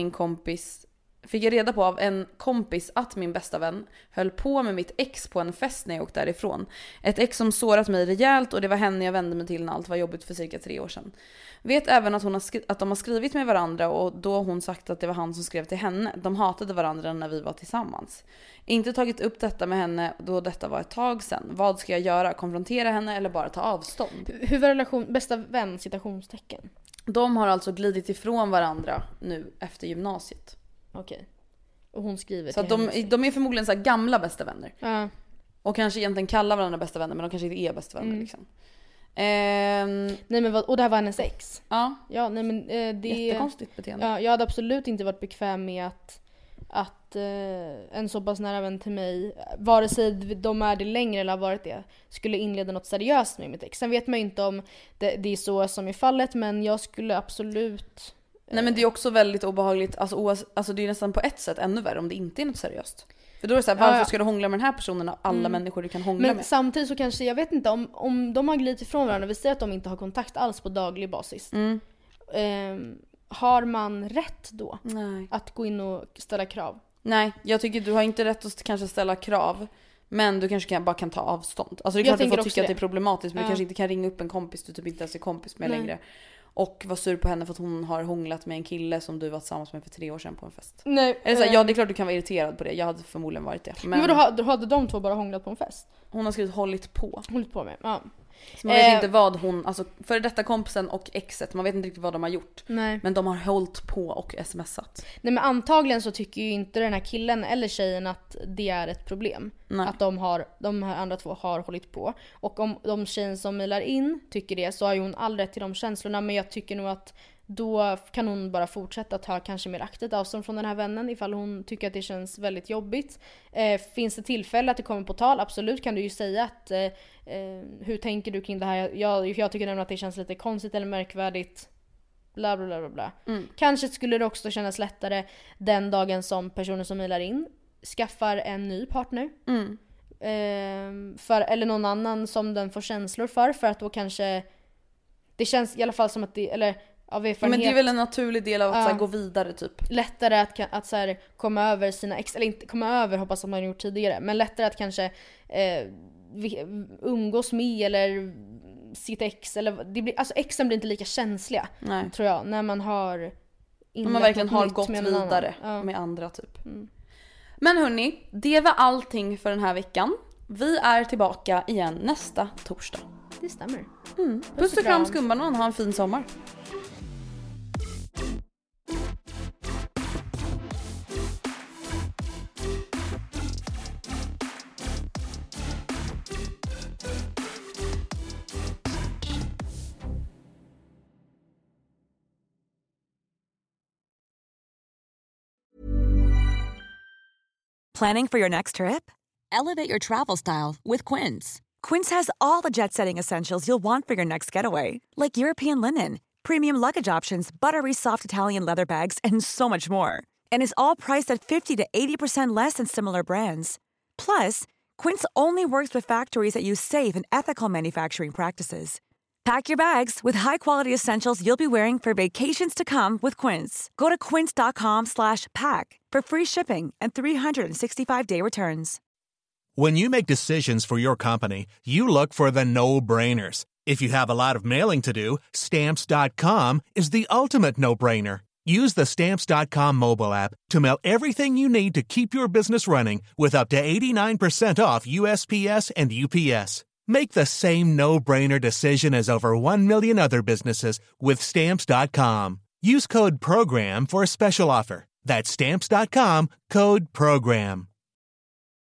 av en kompis att min bästa vän höll på med mitt ex på en fest när jag åkte därifrån. Ett ex som sårat mig rejält och det var henne jag vände mig till när allt var jobbigt för cirka 3 år sedan. Vet även att, att de har skrivit med varandra och då har hon sagt att det var han som skrev till henne. De hatade varandra när vi var tillsammans. Inte tagit upp detta med henne då detta var ett tag sedan. Vad ska jag göra? Konfrontera henne eller bara ta avstånd? Hur var relation bästa vän citationstecken? De har alltså glidit ifrån varandra nu efter gymnasiet. Okej. Och hon skriver så till att de är förmodligen så här gamla bästa vänner. Ja. Och kanske egentligen kallar varandra bästa vänner, men de kanske inte är bästa vänner liksom. Nej men och det här var hennes ex. Ja. Ja, nej men det är jättekonstigt beteende. Ja, jag hade absolut inte varit bekväm med att en så pass nära vän till mig, vare sig de är det längre eller har varit det, skulle inleda något seriöst med mitt ex. Sen vet man ju inte om det är så som är fallet, men jag skulle absolut. Nej men det är också väldigt obehagligt, alltså det är nästan på ett sätt ännu värre om det inte är något seriöst. För då är det så här, varför ska du hångla med den här personen av alla människor du kan hångla med? Men samtidigt så kanske, jag vet inte om de har glidit ifrån varandra, vi säger att de inte har kontakt alls på daglig basis. Har man rätt då? Nej. Att gå in och ställa krav? Nej, jag tycker du har inte rätt att kanske ställa krav. Men du kanske bara kan ta avstånd. Alltså det är klart du får tycka att det är problematiskt, men du kanske inte kan ringa upp en kompis du typ inte ens är kompis med längre. Och var sur på henne för att hon har hånglat med en kille som du var tillsammans med för 3 år sedan på en fest. Nej. Eller så här, ja, det är klart du kan vara irriterad på det. Jag hade förmodligen varit det. Men vadå, hade de två bara hånglat på en fest? Hon har skrivit hållit på. Hållit på med, ja. Så man vet inte vad hon, alltså för detta kompisen och exet, man vet inte riktigt vad de har gjort. Nej. Men de har hållit på och smsat. Nej men antagligen så tycker ju inte den här killen eller tjejen att det är ett problem. Nej. Att de här andra två har hållit på. Och om de tjejen som mejlar in tycker det, så har ju hon all rätt till de känslorna. Men jag tycker nog att då kan hon bara fortsätta ta kanske mer aktivt avstånd från den här vännen ifall hon tycker att det känns väldigt jobbigt. Finns det tillfälle att det kommer på tal, absolut kan du ju säga att hur tänker du kring det här? Jag tycker nämligen att det känns lite konstigt eller märkvärdigt. Bla bla bla bla. Kanske skulle det också kännas lättare den dagen som personen som mejlar in skaffar en ny partner. Eller någon annan som den får känslor för att då kanske det känns i alla fall som att det, eller av erfarenhet, men det är väl en naturlig del av att så här, gå vidare typ. Lättare att så här, komma över sina ex, eller inte komma över, hoppas att man har gjort tidigare, men lättare att kanske umgås med eller sitt ex, eller det blir, alltså exen blir inte lika känsliga. Nej. Tror jag, när man har verkligen har gått vidare med andra typ. Men hörni, det var allting för den här veckan. Vi är tillbaka igen nästa torsdag. Det stämmer. Puss och kram skumbanan, ha en fin sommar. Planning for your next trip? Elevate your travel style with Quince. Quince has all the jet-setting essentials you'll want for your next getaway, like European linen, premium luggage options, buttery soft Italian leather bags, and so much more. And is all priced at 50 to 80% less than similar brands. Plus, Quince only works with factories that use safe and ethical manufacturing practices. Pack your bags with high-quality essentials you'll be wearing for vacations to come with Quince. Go to quince.com/pack for free shipping and 365-day returns. When you make decisions for your company, you look for the no-brainers. If you have a lot of mailing to do, Stamps.com is the ultimate no-brainer. Use the Stamps.com mobile app to mail everything you need to keep your business running with up to 89% off USPS and UPS. Make the same no-brainer decision as over 1 million other businesses with Stamps.com. Use code PROGRAM for a special offer. That's Stamps.com, code PROGRAM.